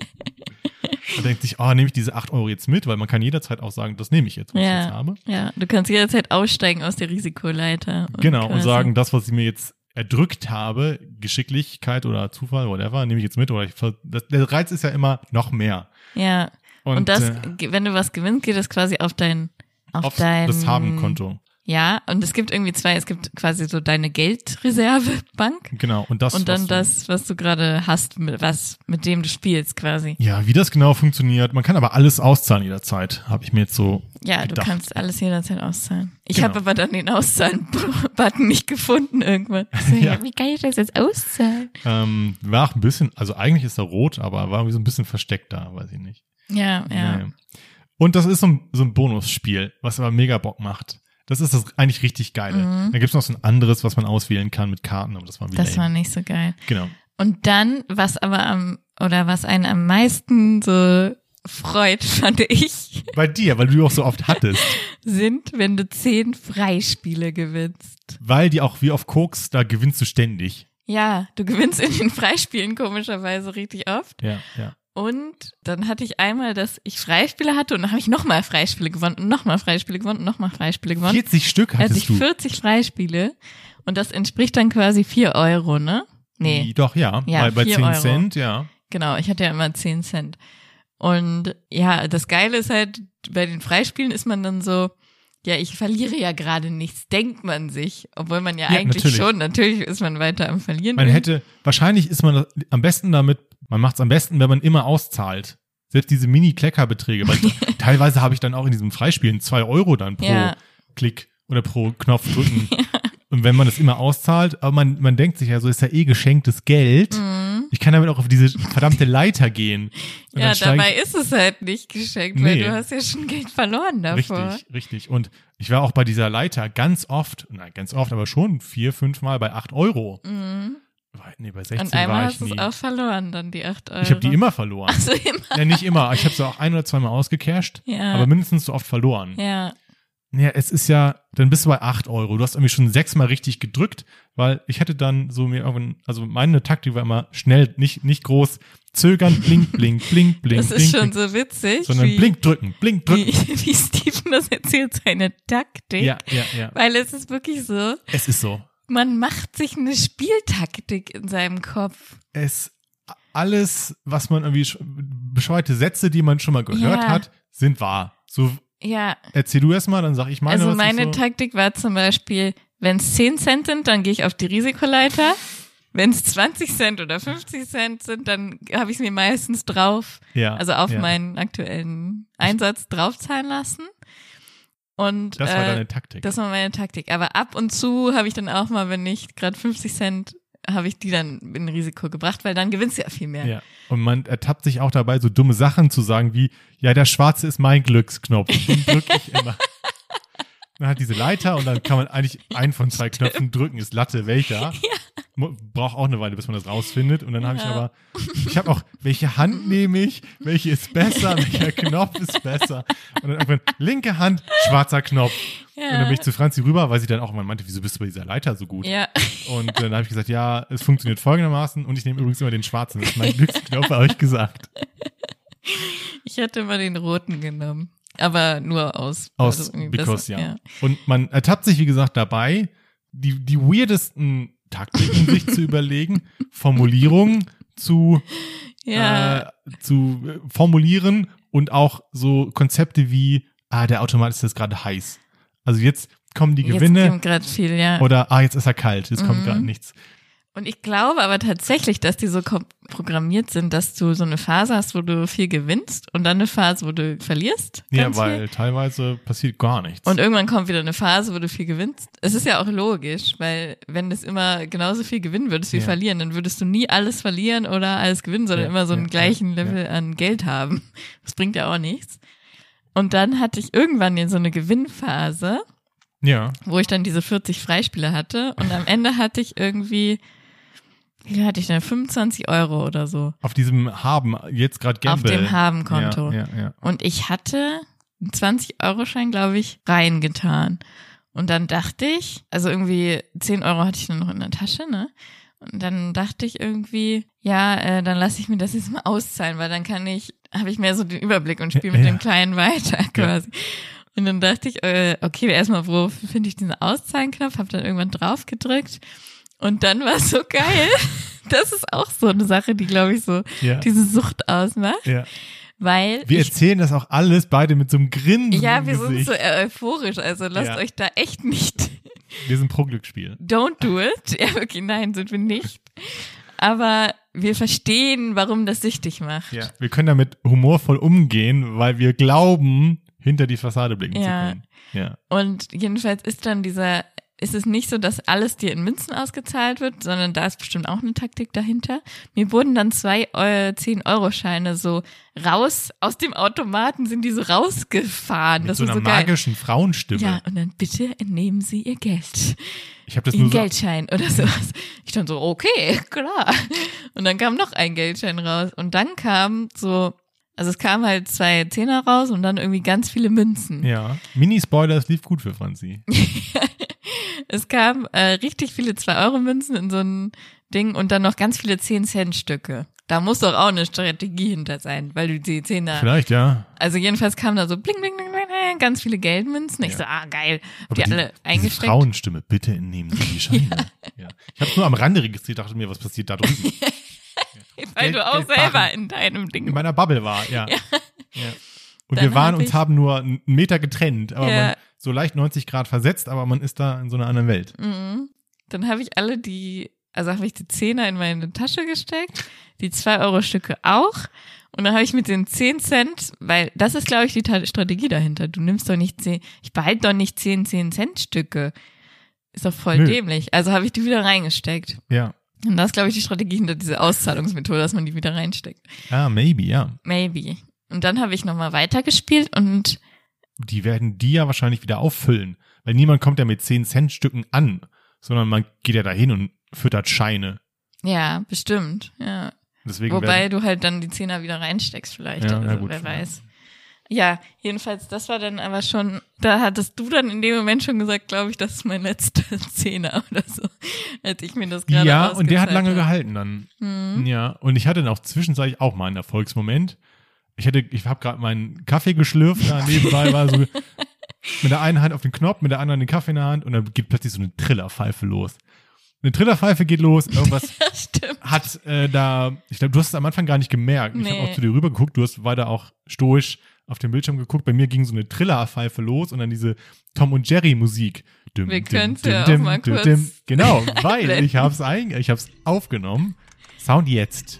Man denkt sich, oh, nehme ich diese acht Euro jetzt mit, weil man kann jederzeit auch sagen, das nehme ich jetzt, was Ja. ich jetzt habe. Ja, du kannst jederzeit aussteigen aus der Risikoleiter. Und Genau, und quasi- sagen, das, was ich mir jetzt erdrückt habe, Geschicklichkeit oder Zufall, whatever, nehme ich jetzt mit. Oder ich, das, der Reiz ist ja immer noch mehr. Ja. Und, Und, das, äh, wenn du was gewinnst, geht das quasi auf dein, auf, auf dein, das Habenkonto. Ja, und es gibt irgendwie zwei, es gibt quasi so deine Geldreservebank Genau, und das. und dann was du- das, was du gerade hast, mit, was, mit dem du spielst quasi. Ja, wie das genau funktioniert. Man kann aber alles auszahlen jederzeit, habe ich mir jetzt so Ja, du gedacht. kannst alles jederzeit auszahlen. Ich Genau. habe aber dann den Auszahlen-Button nicht gefunden irgendwann. Ich so, Ja. ja. Wie kann ich das jetzt auszahlen? Ähm, war auch ein bisschen, also eigentlich ist er rot, aber war irgendwie so ein bisschen versteckt da, weiß ich nicht. Ja, ja. Naja. Und das ist so ein, so ein Bonusspiel, was aber mega Bock macht. Das ist das eigentlich richtig Geile. Mhm. Da gibt's noch so ein anderes, was man auswählen kann mit Karten, aber das war wieder Das war nicht so geil. Genau. Und dann, was aber am, oder was einen am meisten so freut, fand ich, Bei dir, weil du die auch so oft hattest. sind, wenn du zehn Freispiele gewinnst. Weil die auch wie auf Koks, da gewinnst du ständig. Ja, du gewinnst in den Freispielen komischerweise richtig oft. Ja, ja. Und dann hatte ich einmal, dass ich Freispiele hatte und dann habe ich nochmal Freispiele gewonnen und nochmal Freispiele gewonnen und nochmal Freispiele gewonnen. vierzig Stück Also hattest ich du. vierzig Freispiele und das entspricht dann quasi vier Euro, ne? Nee, Doch, ja. Ja, bei bei vier zehn Euro. Cent, ja. genau, ich hatte ja immer zehn Cent. Und ja, das Geile ist halt, bei den Freispielen ist man dann so, ja, ich verliere ja gerade nichts, denkt man sich. Obwohl man ja, Ja, eigentlich natürlich. schon, natürlich ist man weiter am Verlieren. Man hätte, wahrscheinlich ist man am besten damit, man macht es am besten, wenn man immer auszahlt. Selbst diese Mini-Kleckerbeträge, weil teilweise habe ich dann auch in diesem Freispielen zwei Euro dann pro Ja. Klick oder pro Knopf drücken. Und wenn man das immer auszahlt, aber man, man denkt sich ja, so ist ja eh geschenktes Geld. Mhm. Ich kann damit auch auf diese verdammte Leiter gehen. Und Ja, dann steig dabei ist es halt nicht geschenkt, weil Nee. du hast ja schon Geld verloren davor. Richtig, richtig. Und ich war auch bei dieser Leiter ganz oft, nein, ganz oft, aber schon vier, fünf Mal bei acht Euro. Mhm. Nee, bei sechzehn Und einmal war hast ich du es nie. auch verloren, dann die acht Euro. Ich habe die immer verloren. Also immer. Ja, nicht immer. Ich habe sie auch ein oder zweimal ausgecasht, Ja. aber mindestens so oft verloren. Ja. Ja, es ist ja, dann bist du bei acht Euro. Du hast irgendwie schon sechsmal richtig gedrückt, weil ich hätte dann so mir irgendwann, also meine Taktik war immer schnell, nicht, nicht groß zögern, blink, blink, blink, blink, Das blink, ist schon blink, so witzig, sondern wie, blink drücken, blink drücken. wie, wie Steven das erzählt, seine Taktik. Ja, ja, ja. Weil es ist wirklich so, Es ist so. man macht sich eine Spieltaktik in seinem Kopf. Es, alles, was man irgendwie, sch- bescheuerte Sätze, die man schon mal gehört Ja. hat, sind wahr. So, Ja, erzähl du erst mal, dann sag ich meine. also was ich meine so, Taktik war zum Beispiel, wenn es zehn Cent sind, dann gehe ich auf die Risikoleiter. Wenn es zwanzig Cent oder fünfzig Cent sind, dann habe ich es mir meistens drauf, ja, also auf ja. meinen aktuellen Einsatz draufzahlen lassen. Und Das war äh, deine Taktik. das war meine Taktik. Aber ab und zu habe ich dann auch mal, wenn ich gerade fünfzig Cent, habe ich die dann in Risiko gebracht, weil dann gewinnst du ja viel mehr. Ja. Und man ertappt sich auch dabei, so dumme Sachen zu sagen wie, ja, der schwarze ist mein Glücksknopf. Den drücke ich immer. Man hat diese Leiter und dann kann man eigentlich einen von zwei Knöpfen drücken. Ist Latte, welcher? Mo- Braucht auch eine Weile, bis man das rausfindet. Und dann habe ich Ja. aber, ich habe auch, welche Hand nehme ich? Welche ist besser? Welcher Knopf ist besser? Und dann irgendwann, linke Hand, schwarzer Knopf. Und dann bin ich zu Franzi rüber, weil sie dann auch immer meinte, wieso bist du bei dieser Leiter so gut? Ja. Und äh, dann habe ich gesagt, ja, es funktioniert folgendermaßen und ich nehme übrigens immer den schwarzen. Das ist mein Glücksknopf, habe ich gesagt. Ich hätte mal den roten genommen. Aber nur aus. Aus also irgendwie Because, besser, ja. Und man ertappt sich, wie gesagt, dabei, die, die weirdesten Taktiken sich zu überlegen, Formulierungen zu, Ja. äh, zu äh, formulieren und auch so Konzepte wie, ah, der Automat ist jetzt gerade heiß. Also jetzt kommen die Gewinne Jetzt kommt gerade viel, ja. oder, ah, jetzt ist er kalt, jetzt kommt Mhm. gerade nichts. Und ich glaube aber tatsächlich, dass die so kom- programmiert sind, dass du so eine Phase hast, wo du viel gewinnst und dann eine Phase, wo du verlierst. Ja, weil viel. teilweise passiert gar nichts. Und irgendwann kommt wieder eine Phase, wo du viel gewinnst. Es ist ja auch logisch, weil wenn das immer genauso viel gewinnen würdest wie ja. verlieren, dann würdest du nie alles verlieren oder alles gewinnen, sondern ja, immer so einen ja, gleichen ja, Level ja. an Geld haben. Das bringt ja auch nichts. Und dann hatte ich irgendwann in so eine Gewinnphase, Ja. wo ich dann diese vierzig Freispiele hatte und am Ende hatte ich irgendwie, wie viel hatte ich denn, fünfundzwanzig Euro oder so. Auf diesem Haben, jetzt gerade Gamble. Auf dem Haben-Konto. Ja, ja, ja. Und ich hatte einen zwanzig-Euro-Schein, glaube ich, reingetan. Und dann dachte ich, also irgendwie zehn Euro hatte ich dann noch in der Tasche, ne? Und dann dachte ich irgendwie, ja, äh, dann lasse ich mir das jetzt mal auszahlen, weil dann kann ich, habe ich mehr so den Überblick und spiele mit Ja. dem Kleinen weiter quasi. Ja. Und dann dachte ich, äh, okay, erstmal, wo finde ich diesen Auszahlenknopf? Habe dann irgendwann drauf gedrückt. Und dann war es so geil. Das ist auch so eine Sache, die, glaube ich, so Ja. diese Sucht ausmacht. Ja. Weil Wir ich, erzählen das auch alles beide mit so einem Grinsen ja, im wir sind Gesicht. so euphorisch, also lasst Ja. euch da echt nicht, Wir sind pro Glücksspiel. don't do it. Ja, wirklich, nein, sind wir nicht. Aber wir verstehen, warum das süchtig macht. Ja. Wir können damit humorvoll umgehen, weil wir glauben, hinter die Fassade blicken Ja. zu können. Ja. Und jedenfalls ist dann dieser, ist es nicht so, dass alles dir in Münzen ausgezahlt wird, sondern da ist bestimmt auch eine Taktik dahinter. Mir wurden dann zwei zehn-Euro-Scheine so raus, aus dem Automaten sind die so rausgefahren. Mit das so war einer so geil. magischen Frauenstimme. Ja, und dann bitte entnehmen Sie Ihr Geld. Ich habe das Ein nur so, Geldschein oder sowas. Ich dann so, okay, klar. Und dann kam noch ein Geldschein raus. Und dann kam so, also es kamen halt zwei Zehner raus und dann irgendwie ganz viele Münzen. ja. Mini-Spoiler, es lief gut für Franzi. Es kamen äh, richtig viele zwei-Euro-Münzen in so ein Ding und dann noch ganz viele zehn-Cent-Stücke. Da muss doch auch eine Strategie hinter sein, weil du die Zehner, Vielleicht, ja. also jedenfalls kamen da so bling, bling, bling, bling, ganz viele Geldmünzen. Ich Ja. so, ah, geil. Hab Aber die die, alle diese eingesteckt. Frauenstimme, bitte entnehmen Sie die Scheine. ja. Ich habe nur am Rande registriert, dachte mir, was passiert da drüben? Weil Geld- du auch Geldbarren. selber in deinem Ding In meiner Bubble war, ja. ja. Und Dann wir waren hab uns ich- haben nur einen Meter getrennt, aber Ja. man so leicht neunzig Grad versetzt, aber man ist da in so einer anderen Welt. Mhm. Dann habe ich alle die, also habe ich die Zehner in meine Tasche gesteckt, die zwei-Euro-Stücke auch. Und dann habe ich mit den zehn Cent, weil das ist, glaube ich, die Ta- Strategie dahinter. Du nimmst doch nicht zehn, ich behalte doch nicht zehn zehn-Cent-Stücke. Ist doch voll Nö. dämlich. Also habe ich die wieder reingesteckt. Ja. Und das ist, glaube ich, die Strategie hinter dieser Auszahlungsmethode, dass man die wieder reinsteckt. Ah, maybe, ja. Maybe. Und dann habe ich nochmal weitergespielt und Die werden die ja wahrscheinlich wieder auffüllen, weil niemand kommt ja mit zehn Cent Stücken an, sondern man geht ja dahin und füttert Scheine. ja, bestimmt, ja. Deswegen Wobei werden, du halt dann die Zehner wieder reinsteckst vielleicht. Ja, oder ja, so, gut, wer vielleicht. weiß. Ja, jedenfalls, das war dann aber schon, da hattest du dann in dem Moment schon gesagt, glaube ich, das ist mein letzter Zehner oder so, als ich mir das gerade ja, und der hat lange habe. gehalten dann. Mhm. Ja, und ich hatte dann auch zwischenzeitlich auch mal einen Erfolgsmoment. Ich hatte, ich habe gerade meinen Kaffee geschlürft, da nebenbei war so mit der einen Hand auf den Knopf, mit der anderen den Kaffee in der Hand und dann geht plötzlich so eine Trillerpfeife los. Eine Trillerpfeife geht los, irgendwas Ja, stimmt. hat äh, da, ich glaube, du hast es am Anfang gar nicht gemerkt. Ich Nee. habe auch zu dir rüber geguckt, du hast weiter auch stoisch auf dem Bildschirm geguckt. Bei mir ging so eine Trillerpfeife los und dann diese Tom und Jerry Musik. Dim, Wir dim, können's dim, ja auch dim, mal dim, kurz dim. Genau, weil einblenden. ich hab's ein, ich hab's aufgenommen. Sound jetzt.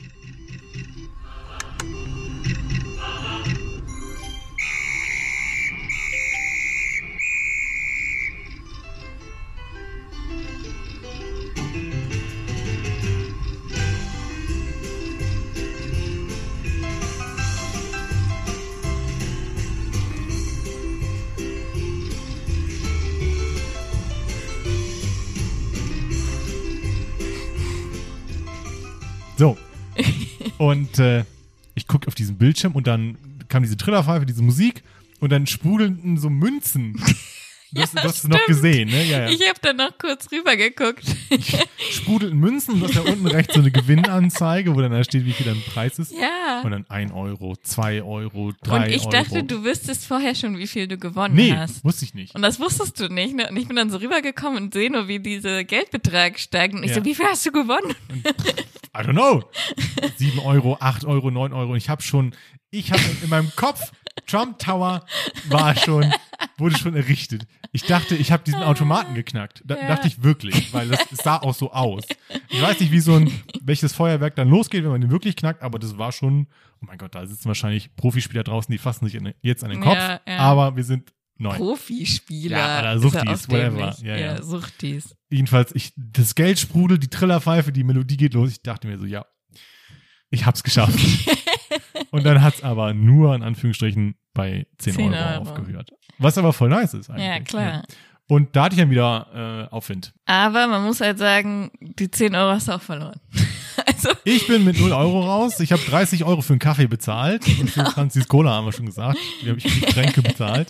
So. Und äh, ich gucke auf diesen Bildschirm und dann kam diese Trillerpfeife, diese Musik und dann sprudelten so Münzen. Du hast, du hast es noch stimmt. gesehen, ne? Ja, ja. Ich habe dann noch kurz rüber geguckt. Sprudelten Münzen und du hast da unten rechts so eine Gewinnanzeige, wo dann da steht, wie viel dein Preis ist. Ja. Und dann ein Euro, zwei Euro, drei Und ich Euro. dachte, du wüsstest vorher schon, wie viel du gewonnen Nee, hast. wusste ich nicht. Und das wusstest du nicht, ne? Und ich bin dann so rübergekommen und sehe nur, wie dieser Geldbetrag steigt. Und ich Ja. so, wie viel hast du gewonnen? I don't know. sieben Euro, acht Euro, neun Euro. Und ich habe schon, ich habe in meinem Kopf, Trump Tower war schon, wurde schon errichtet. Ich dachte, ich habe diesen Automaten geknackt. Da Ja. dachte ich wirklich, weil das, es sah auch so aus. Ich weiß nicht, wie so ein, welches Feuerwerk dann losgeht, wenn man den wirklich knackt, aber das war schon, oh mein Gott, da sitzen wahrscheinlich Profispieler draußen, die fassen sich in, jetzt an den Kopf. Ja, ja. Aber wir sind neu. Profispieler. Ja, oder Ist Suchtis, auch whatever. dämlich. Ja, ja. Suchtis. Jedenfalls, ich, das Geld sprudelt, die Trillerpfeife, die Melodie geht los. Ich dachte mir so, ja, ich hab's geschafft. Und dann hat's aber nur in Anführungsstrichen bei zehn, zehn Euro, Euro aufgehört. Was aber voll nice ist eigentlich. Ja, klar. Und da hatte ich dann wieder äh, Aufwind. Aber man muss halt sagen, die zehn Euro hast du auch verloren. Also, Ich bin mit null Euro raus. Ich habe dreißig Euro für einen Kaffee bezahlt. Und für Franzis Cola haben wir schon gesagt. Die habe ich für Getränke bezahlt.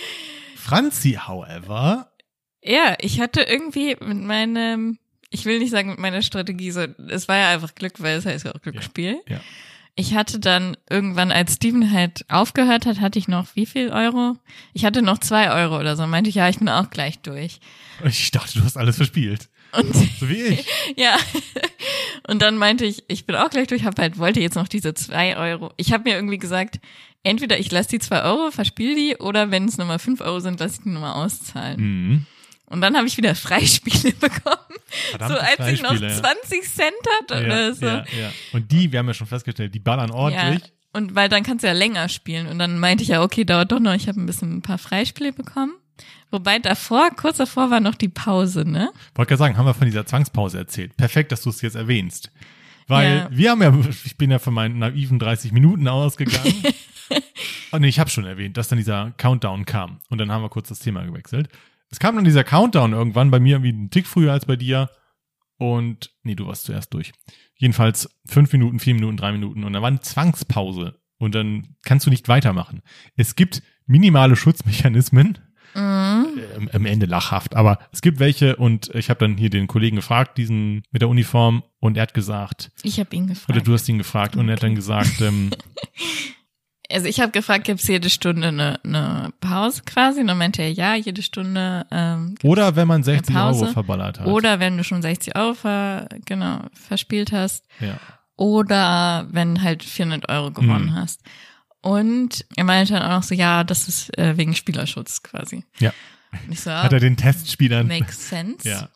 Franzi, however, ja, ich hatte irgendwie mit meinem, ich will nicht sagen mit meiner Strategie, so, es war ja einfach Glück, weil es heißt ja auch Glücksspiel. ja. Ich hatte dann irgendwann, als Steven halt aufgehört hat, hatte ich noch wie viel Euro? Ich hatte noch zwei Euro oder so. Meinte ich, ja, ich bin auch gleich durch. Ich dachte, du hast alles verspielt. Und So wie ich. ja, und dann meinte ich, ich bin auch gleich durch, hab halt, wollte jetzt noch diese zwei Euro. Ich habe mir irgendwie gesagt, entweder ich lasse die zwei Euro, verspiel die, oder wenn es nochmal fünf Euro sind, lasse ich die nochmal auszahlen. Mhm. Und dann habe ich wieder Freispiele bekommen. Verdammte so als ich noch Freispiele, ja. zwanzig Cent hatte Ja, oder so. ja, ja. Und die, wir haben ja schon festgestellt, die ballern ordentlich. Ja, und weil dann kannst du ja länger spielen. Und dann meinte ich ja, okay, dauert doch noch. Ich habe ein bisschen ein paar Freispiele bekommen. Wobei davor, kurz davor war noch die Pause, ne? Wollte gerade sagen, haben wir von dieser Zwangspause erzählt. Perfekt, dass du es jetzt erwähnst. Weil Ja. wir haben ja, ich bin ja von meinen naiven dreißig Minuten ausgegangen. Oh nee, ich habe schon erwähnt, dass dann dieser Countdown kam. Und dann haben wir kurz das Thema gewechselt. Es kam dann dieser Countdown irgendwann, bei mir irgendwie einen Tick früher als bei dir. Und, nee, du warst zuerst durch. Jedenfalls fünf Minuten, vier Minuten, drei Minuten. Und da war eine Zwangspause. Und dann kannst du nicht weitermachen. Es gibt minimale Schutzmechanismen. Mhm. Äh, am Ende lachhaft, aber es gibt welche und ich habe dann hier den Kollegen gefragt, diesen mit der Uniform, und er hat gesagt, Ich habe ihn gefragt. oder du hast ihn gefragt und er hat dann gesagt, ähm, Also ich habe gefragt, gibt's jede Stunde eine, eine Pause quasi? Und dann meinte er, ja, jede Stunde. Ähm, oder wenn man sechzig Pause. Euro verballert hat. Oder wenn du schon sechzig Euro ver, genau, verspielt hast. Ja. Oder wenn halt vierhundert Euro gewonnen Mhm. hast. Und er meinte dann auch noch so, ja, das ist äh, wegen Spielerschutz quasi. Ja. Und ich so, Hat er den Testspielern. makes sense. Ja.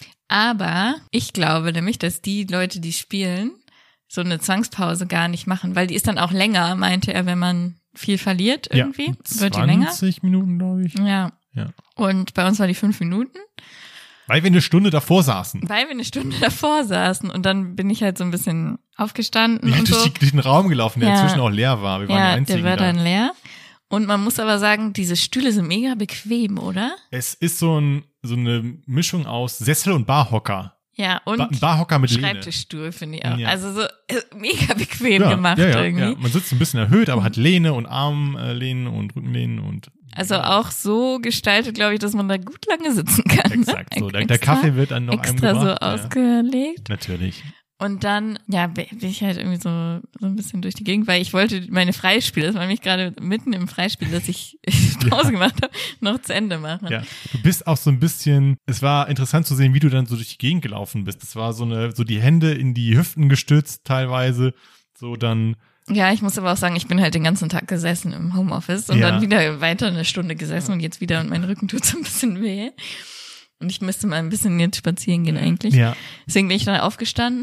Aber ich glaube nämlich, dass die Leute, die spielen, so eine Zwangspause gar nicht machen, weil die ist dann auch länger, meinte er, wenn man viel verliert irgendwie, ja. wird die länger. zwanzig Minuten, glaube ich. Ja. Ja. Und bei uns war die fünf Minuten, Weil wir eine Stunde davor saßen. weil wir eine Stunde davor saßen und dann bin ich halt so ein bisschen aufgestanden Wir und sind so. durch, die- durch den Raum gelaufen, der Ja. inzwischen auch leer war. Wir waren die Ja, einzigen der war da. dann leer. Und man muss aber sagen, diese Stühle sind mega bequem, oder? Es ist so, ein, so eine Mischung aus Sessel und Barhocker. Ja, und Ba ein Barhocker mit Lehne. Schreibtischstuhl finde ich auch. Ja. Also so äh, mega bequem Ja, gemacht ja, ja, irgendwie. ja. Man sitzt ein bisschen erhöht, aber hat Lehne und Armlehnen und Rückenlehnen und Also auch so gestaltet, glaube ich, dass man da gut lange sitzen kann. exakt so. Der, Extra- der Kaffee wird dann noch einem Extra so gebracht. Ja. ausgelegt. Natürlich. Und dann, ja, bin ich halt irgendwie so, so ein bisschen durch die Gegend, weil ich wollte meine Freispiele, das war nämlich gerade mitten im Freispiel, dass ich Pause Ja. gemacht habe, noch zu Ende machen. Ja. Du bist auch so ein bisschen, es war interessant zu sehen, wie du dann so durch die Gegend gelaufen bist. Es war so eine, so die Hände in die Hüften gestützt teilweise, so dann, Ja, ich muss aber auch sagen, ich bin halt den ganzen Tag gesessen im Homeoffice und Ja. dann wieder weiter eine Stunde gesessen und jetzt wieder und mein Rücken tut so ein bisschen weh. Und ich müsste mal ein bisschen jetzt spazieren gehen eigentlich. ja. Deswegen bin ich dann aufgestanden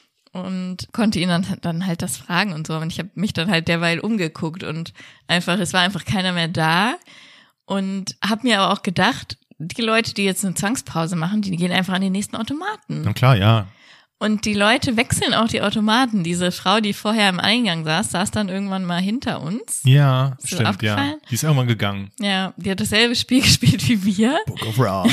und konnte ihn dann, dann halt das fragen und so. Und ich habe mich dann halt derweil umgeguckt und einfach, es war einfach keiner mehr da. Und habe mir aber auch gedacht, die Leute, die jetzt eine Zwangspause machen, die gehen einfach an den nächsten Automaten. Na klar, ja. Und die Leute wechseln auch die Automaten. Diese Frau, die vorher im Eingang saß, saß dann irgendwann mal hinter uns. Ja, Ist dir stimmt, ja. aufgefallen? Die ist irgendwann gegangen. Ja, die hat dasselbe Spiel gespielt wie wir Book of Ra.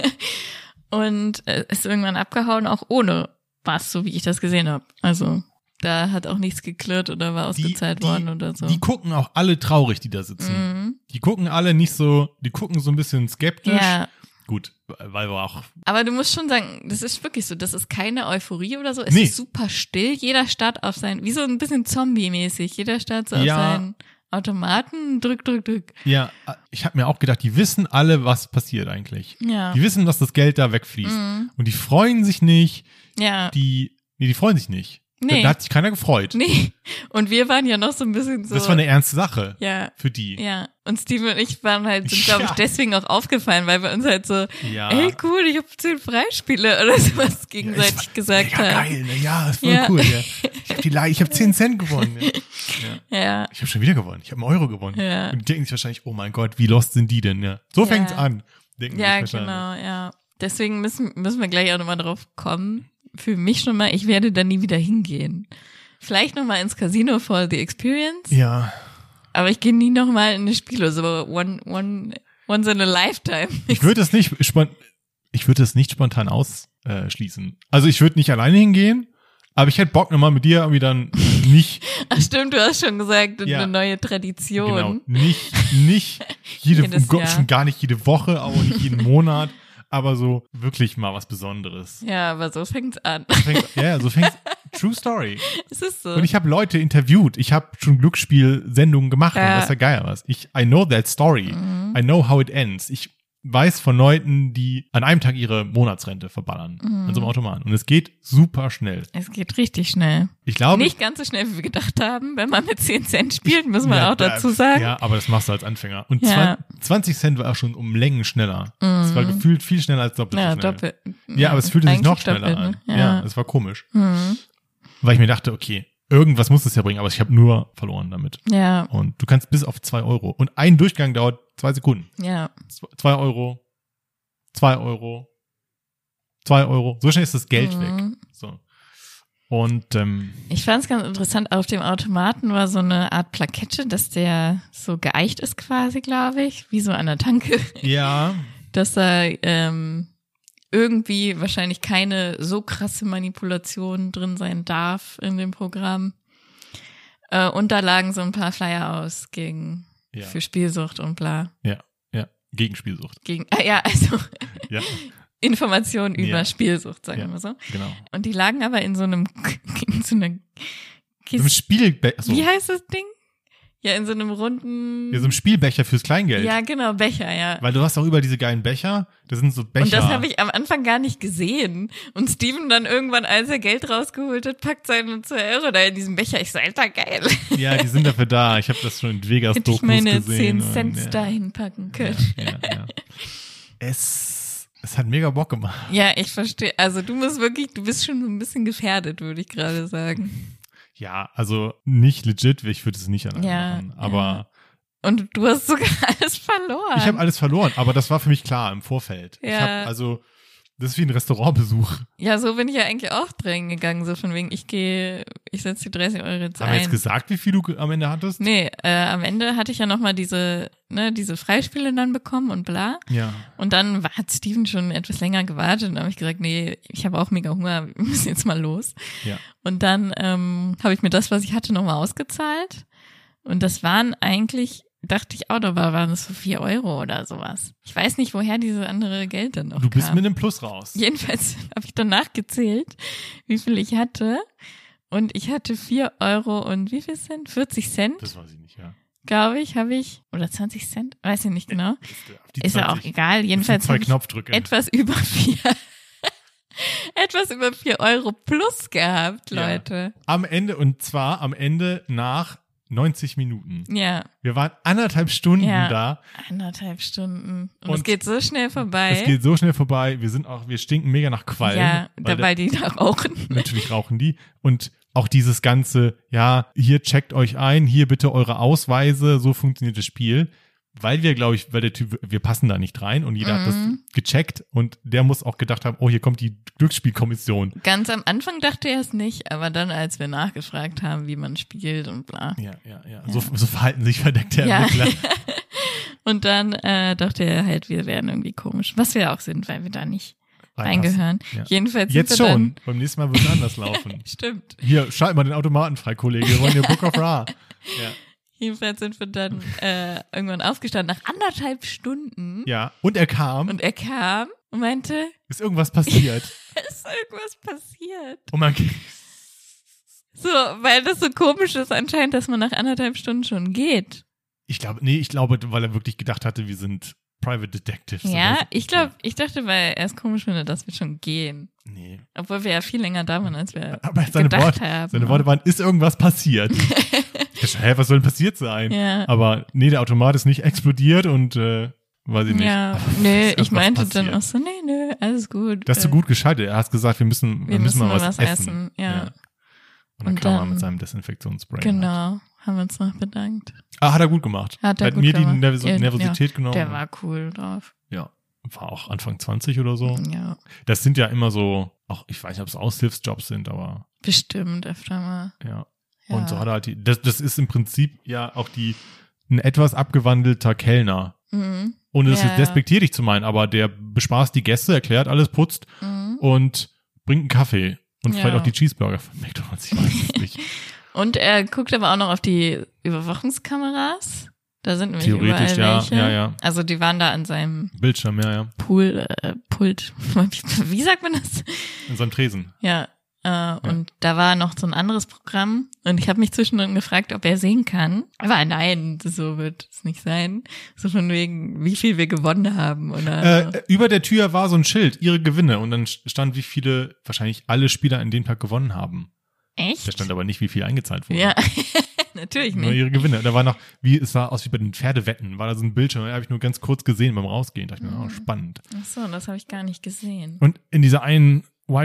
und äh, ist irgendwann abgehauen, auch ohne was, so wie ich das gesehen habe. Also da hat auch nichts geklirrt oder war ausgezahlt die, worden oder so. Die gucken auch alle traurig, die da sitzen. Mhm. Die gucken alle nicht so, die gucken so ein bisschen skeptisch. Ja, Gut, weil wir auch, aber du musst schon sagen, das ist wirklich so, das ist keine Euphorie oder so. Es Nee. ist super still. Jeder starrt auf sein, wie so ein bisschen Zombie-mäßig. Jeder starrt so auf Ja. seinen Automaten, drück, drück, drück. ja, ich habe mir auch gedacht, die wissen alle, was passiert eigentlich. Ja, Die wissen, dass das Geld da wegfließt. Mhm. Und die freuen sich nicht, ja. die, nee, die freuen sich nicht. Nee. Da hat sich keiner gefreut. Nee. Und wir waren ja noch so ein bisschen so. Das war eine ernste Sache. Ja. Für die. Ja. Und Steven und ich waren halt, sind, Ja. glaube ich, deswegen auch aufgefallen, weil wir uns halt so, Ja. ey, cool, ich habe zehn Freispiele oder sowas Ja, gegenseitig das war gesagt mega haben. geil, ne? Ja, das war Ja. cool. Ja. Ich habe die La- ich habe zehn Cent gewonnen. Ja. Ja. Ja. Ich habe schon wieder gewonnen. Ich habe einen Euro gewonnen. Ja. Und die denken sich wahrscheinlich, oh mein Gott, wie lost sind die denn? Ja. So Ja. fängt's an. Denken Ja, sich wahrscheinlich. genau, ja. Deswegen müssen, müssen wir gleich auch nochmal drauf kommen. Für mich schon mal, ich werde da nie wieder hingehen. Vielleicht nochmal ins Casino for the experience. Ja. Aber ich gehe nie nochmal in eine Spiele, so one, one, once in a lifetime. Ich würde es nicht, spon- ich würde es nicht spontan ausschließen. Also ich würde nicht alleine hingehen, aber ich hätte Bock nochmal mit dir irgendwie dann nicht, Ach stimmt, du hast schon gesagt, Ja. eine neue Tradition. genau, nicht, nicht jede, Jedes um Gott, Jahr. schon gar nicht jede Woche, auch nicht jeden Monat, aber so wirklich mal was Besonderes. Ja, aber so fängt's an. So fängt's- Ja, so fängt True Story. Es ist so. Und ich habe Leute interviewt. Ich habe schon Glücksspiel-Sendungen gemacht. Ja. Und das ist ja geil was. Ich, I know that story. Mhm. I know how it ends. Ich weiß von Leuten, die an einem Tag ihre Monatsrente verballern. Mhm. An so einem Automaten. Und es geht super schnell. Es geht richtig schnell. Ich glaube. Nicht ganz so schnell, wie wir gedacht haben. Wenn man mit zehn Cent spielt, muss man ja, auch dazu sagen. Ja, aber das machst du als Anfänger. Und Ja. zwanzig Cent war auch schon um Längen schneller. Es war gefühlt viel schneller als doppelt Ja, so schnell. doppelt. Ja, aber es fühlte sich Eigentlich noch schneller doppelt, an. ne? Ja, es war komisch. Mhm. Weil ich mir dachte, okay, irgendwas muss es ja bringen, aber ich habe nur verloren damit. Ja, Und du kannst bis auf zwei Euro. Und ein Durchgang dauert zwei Sekunden. ja. Z- Zwei Euro, zwei Euro, zwei Euro. So schnell ist das Geld Mhm. weg. So. Und ähm, Ich fand es ganz interessant, auf dem Automaten war so eine Art Plakette, dass der so geeicht ist quasi, glaube ich, wie so an der Tanke, ja, dass da ähm, irgendwie wahrscheinlich keine so krasse Manipulation drin sein darf in dem Programm. Äh, und da lagen so ein paar Flyer aus gegen ja, für Spielsucht und bla. ja, ja, Gegenspielsucht. Gegen, ah, ja, also Ja, Informationen über Ja. Spielsucht, sagen Ja. wir mal so. genau. Und die lagen aber in so einem, in so einer So Kiste. einem Spielbecher, so, Wie heißt das Ding? Ja, in so einem runden. ja, so einem Spielbecher fürs Kleingeld. Ja, genau, Becher, ja. Weil du hast auch über diese geilen Becher, das sind so Becher. Und das habe ich am Anfang gar nicht gesehen. Und Steven dann irgendwann, als er Geld rausgeholt hat, packt seine zwei Euro da in diesem Becher. Ich so, Alter, geil. Ja, die sind dafür da. Ich habe das schon in Vegas Hätte ich Dokus meine gesehen. zehn und, Cent ja. da hinpacken können. Ja, ja, ja. Es, es hat mega Bock gemacht. Ja, ich verstehe. Also du musst wirklich, du bist schon so ein bisschen gefährdet, würde ich gerade sagen. Ja, also nicht legit, ich würde es nicht alleine Ja, machen. Aber Und du hast sogar alles verloren. ich habe alles verloren, aber das war für mich klar im Vorfeld. Ich Ja. habe also, das ist wie ein Restaurantbesuch. Ja, so bin ich ja eigentlich auch drin gegangen, so von wegen, ich gehe, ich setze die dreißig Euro jetzt Haben wir jetzt ein. gesagt, wie viel du ge- am Ende hattest? Nee, äh, am Ende hatte ich ja nochmal diese, ne, diese Freispiele dann bekommen und bla. Ja. Und dann war, hat Steven schon etwas länger gewartet und dann habe ich gesagt, nee, ich habe auch mega Hunger, wir müssen jetzt mal los. Ja. Und dann ähm, habe ich mir das, was ich hatte, nochmal ausgezahlt. Und das waren eigentlich, dachte ich auch, da war, waren es so vier Euro oder sowas. Ich weiß nicht, woher diese andere Geld dann noch Du bist kam. mit einem Plus raus. Jedenfalls habe ich dann nachgezählt, wie viel ich hatte. Und ich hatte vier Euro und wie viel Cent? vierzig Cent, Das weiß ich nicht, ja. glaube ich, habe ich. Oder zwanzig Cent? Weiß ich nicht genau. Auf die Ist ja auch zwanzig egal. das sind Jedenfalls zwei habe ich Knopfdrücke. etwas über vier, etwas über vier Euro plus gehabt, Ja. Leute. Am Ende, und zwar am Ende nach neunzig Minuten. Ja, Wir waren anderthalb Stunden Ja. da. anderthalb Stunden. Und, Und es geht so schnell vorbei. Es geht so schnell vorbei. Wir sind auch, wir stinken mega nach Qualm. ja, weil da, weil die da rauchen. Natürlich rauchen die. Und auch dieses ganze, ja, hier checkt euch ein, hier bitte eure Ausweise, so funktioniert das Spiel. Weil wir, glaube ich, weil der Typ, wir passen da nicht rein und jeder hat das Mhm. gecheckt und der muss auch gedacht haben, oh, hier kommt die Glücksspielkommission. Ganz am Anfang dachte er es nicht, aber dann, als wir nachgefragt haben, wie man spielt und bla. Ja, ja, ja. So, so verhalten sich verdeckte Ja. Ermittler. Und dann äh, dachte er halt, wir wären irgendwie komisch. Was wir auch sind, weil wir da nicht Reinpassen. reingehören. Ja. Jedenfalls Jetzt sind wir schon. Beim nächsten Mal wird es anders laufen. Dann, stimmt. Hier, schalt mal den Automaten frei, Kollege. Wir wollen hier Book of Ra. Ja. Jedenfalls sind wir dann äh, irgendwann aufgestanden nach anderthalb Stunden. ja. Und er kam. Und er kam und meinte, Ist irgendwas passiert? ist irgendwas passiert? Und man, So, weil das so komisch ist anscheinend, dass man nach anderthalb Stunden schon geht. ich glaube, nee, ich glaube, weil er wirklich gedacht hatte, wir sind Private Detectives. Ja, oder? ich glaube, ich dachte, weil er es komisch findet, dass wir schon gehen. Nee. Obwohl wir ja viel länger da waren, als wir Aber seine, gedacht Worte, haben. seine Worte waren, ist irgendwas passiert? Ich dachte, hä, was soll denn passiert sein? Ja. Aber nee, der Automat ist nicht explodiert und äh, weiß ich nicht. Ja, Aber nö, ist ich irgendwas meinte passiert? dann auch so, nee, nö, alles gut. Das ist so Äh, gut geschaltet. Er hat gesagt, wir müssen, Wir müssen müssen mal was, was essen. essen, ja. Und dann Und kam er dann- mit seinem Desinfektionsspray. Genau, haben wir uns noch bedankt. Ah, hat er gut gemacht. Hat er hat gut mir gemacht. die Nervos Ja, Nervosität genommen. Der war cool drauf. Ja, war auch Anfang zwanzig oder so. Ja, Das sind ja immer so, auch ich weiß nicht, ob es Aushilfsjobs sind, aber bestimmt öfter mal. ja. Ja. Und so hat er halt die, das, das ist im Prinzip ja auch die, ein etwas abgewandelter Kellner. Mhm. Ohne das Ja. jetzt despektierlich zu meinen, aber der bespaßt die Gäste, erklärt alles, putzt Mhm. und bringt einen Kaffee. Und Ja. vielleicht auch die Cheeseburger von McDonald's, ich weiß es nicht. Und er guckt aber auch noch auf die Überwachungskameras. Da sind nämlich Theoretisch, überall ja, welche. ja, ja. Also die waren da an seinem Bildschirm, ja, ja. Pool, äh, Pult. Wie sagt man das? In seinem Tresen. Ja. Äh, und da war noch so ein anderes Programm und ich habe mich zwischendrin gefragt, ob er sehen kann. Aber nein, so wird es nicht sein. So von wegen, wie viel wir gewonnen haben oder. Äh, über der Tür war so ein Schild, ihre Gewinne. Und dann stand, wie viele, wahrscheinlich alle Spieler an dem Tag gewonnen haben. Echt? Da stand aber nicht, wie viel eingezahlt wurde. Ja, natürlich Nur nicht. ihre Gewinne. Da war noch, wie es sah aus wie bei den Pferdewetten, war da so ein Bildschirm, da habe ich nur ganz kurz gesehen beim Rausgehen. Da dachte ich mir, oh, spannend. Ach so, das habe ich gar nicht gesehen. Und in dieser einen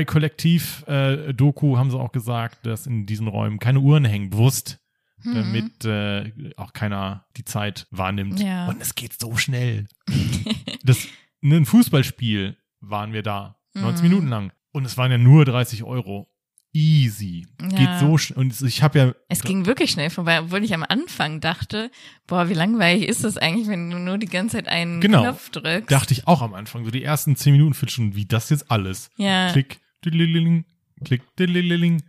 Y-Kollektiv-Doku haben sie auch gesagt, dass in diesen Räumen keine Uhren hängen, bewusst, Mhm. damit äh, auch keiner die Zeit wahrnimmt. Ja. Und es geht so schnell. das, ne, ein Fußballspiel waren wir da, neunzig Mhm. Minuten lang. Und es waren ja nur dreißig Euro. Easy. Ja. Geht so schnell. Und ich habe ja Es ging wirklich schnell vorbei, obwohl ich am Anfang dachte, boah, wie langweilig ist das eigentlich, wenn du nur die ganze Zeit einen Genau. Knopf drückst. dachte ich auch am Anfang, so die ersten zehn Minuten, Viertelstunde, wie das jetzt alles. Ja. Klick, diddliling, klick, diddliling.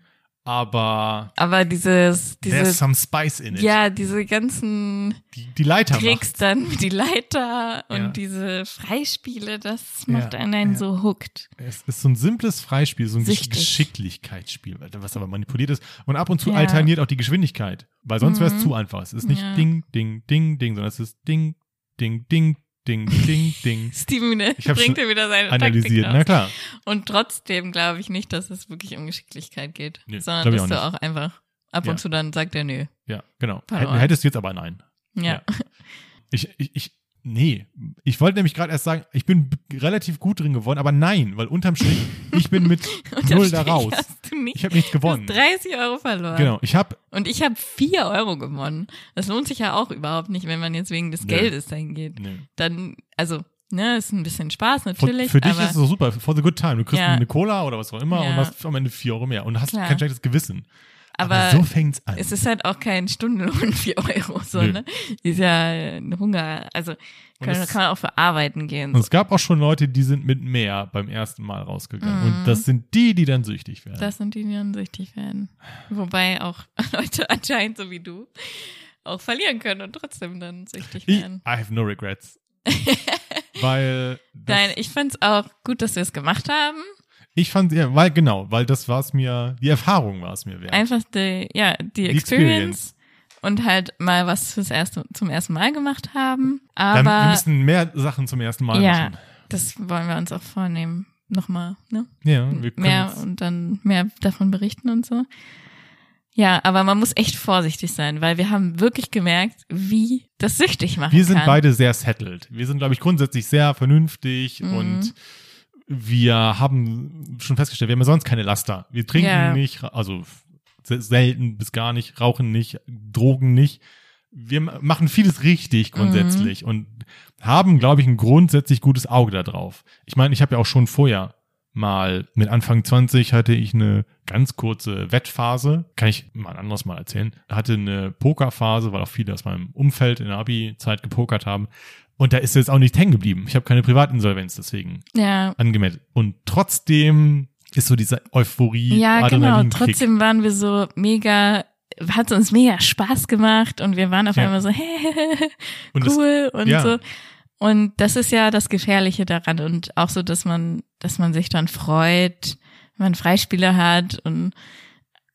Aber Aber dieses, there's diese, some spice in it. ja, diese ganzen Die, die Leiter Tricks macht. dann, die Leiter und Ja. diese Freispiele, das Ja, macht einen dann ja. so hooked. Es ist so ein simples Freispiel, so ein Süchtig. Geschicklichkeitsspiel, was aber manipuliert ist. Und ab und zu Ja. alterniert auch die Geschwindigkeit. Weil sonst wäre es Mhm. zu einfach. Es ist nicht Ja. Ding, Ding, Ding, Ding, sondern es ist Ding, Ding, Ding, Ding, Ding, Ding. Steven Ich hab's bringt schon ja wieder seine Analysiert, Taktik na raus. klar. Und trotzdem glaube ich nicht, dass es wirklich um Geschicklichkeit geht, Nö, sondern glaub ich dass auch du nicht. auch einfach ab Ja. und zu dann sagt er nö. Ja, genau. Verloren. Hätt- Hättest du jetzt aber nein. Ja. Ja. Ich, ich, ich, nee. Ich wollte nämlich gerade erst sagen, ich bin b- relativ gut drin geworden, aber nein, weil unterm Strich, ich bin mit Unterm null da Strich raus. Hast du nicht. Ich habe nichts Du hast gewonnen. dreißig Euro verloren. Genau, ich habe Und ich habe vier Euro gewonnen. Das lohnt sich ja auch überhaupt nicht, wenn man jetzt wegen des Nö. Geldes dahin geht. nee. Dann, also, ne, ist ein bisschen Spaß Für, natürlich. für dich aber ist es so super, for the good time. Du kriegst Ja. eine Cola oder was auch immer Ja. und hast am Ende vier Euro mehr und hast Klar. kein schlechtes Gewissen. aber so fängt's an. es ist halt auch kein Stundenlohn, vier Euro, so, Nö. ne? Ist ja ein Hunger, also kann, es- kann man auch für arbeiten gehen. Und es gab auch schon Leute, die sind mit mehr beim ersten Mal rausgegangen. Mhm. Und das sind die, die dann süchtig werden. Das sind die, die dann süchtig werden. Wobei auch Leute anscheinend, so wie du, auch verlieren können und trotzdem dann süchtig ich, I werden. have no regrets. Weil das, Nein, ich fand's auch gut, dass wir es gemacht haben. ich fand, ja, weil genau, weil das war es mir, die Erfahrung war es mir wert. Einfach die, ja, die, Die Experience, und halt mal was fürs erste, zum ersten Mal gemacht haben. Dann, wir Aber müssen mehr Sachen zum ersten Mal ja, machen. das wollen wir uns auch vornehmen. Nochmal, ne? Ja, wir können Mehr uns- und dann mehr davon berichten und so. Ja, aber man muss echt vorsichtig sein, weil wir haben wirklich gemerkt, wie das süchtig machen Wir sind kann. beide sehr settled. Wir sind, glaube ich, grundsätzlich sehr vernünftig Mhm. und wir haben schon festgestellt, wir haben ja sonst keine Laster. Wir trinken Ja. nicht, also se- selten bis gar nicht, rauchen nicht, Drogen nicht. Wir ma- machen vieles richtig grundsätzlich und haben, glaube ich, ein grundsätzlich gutes Auge da drauf. Ich meine, ich habe ja auch schon vorher mal mit Anfang zwanzig hatte ich eine ganz kurze Wettphase. Kann ich mal ein anderes Mal erzählen. Hatte eine Pokerphase, weil auch viele aus meinem Umfeld in der Abi-Zeit gepokert haben. Und da ist jetzt auch nicht hängen geblieben. Ich habe keine Privatinsolvenz deswegen Ja, angemeldet. Und trotzdem ist so diese Euphorie, ja, genau. Adrenalinkick. Trotzdem waren wir so mega, hat uns mega Spaß gemacht und wir waren auf Ja. einmal so, hey, Und das- cool und ja. so. Und das ist ja das Gefährliche daran und auch so, dass man, dass man sich dann freut, wenn man Freispiele hat und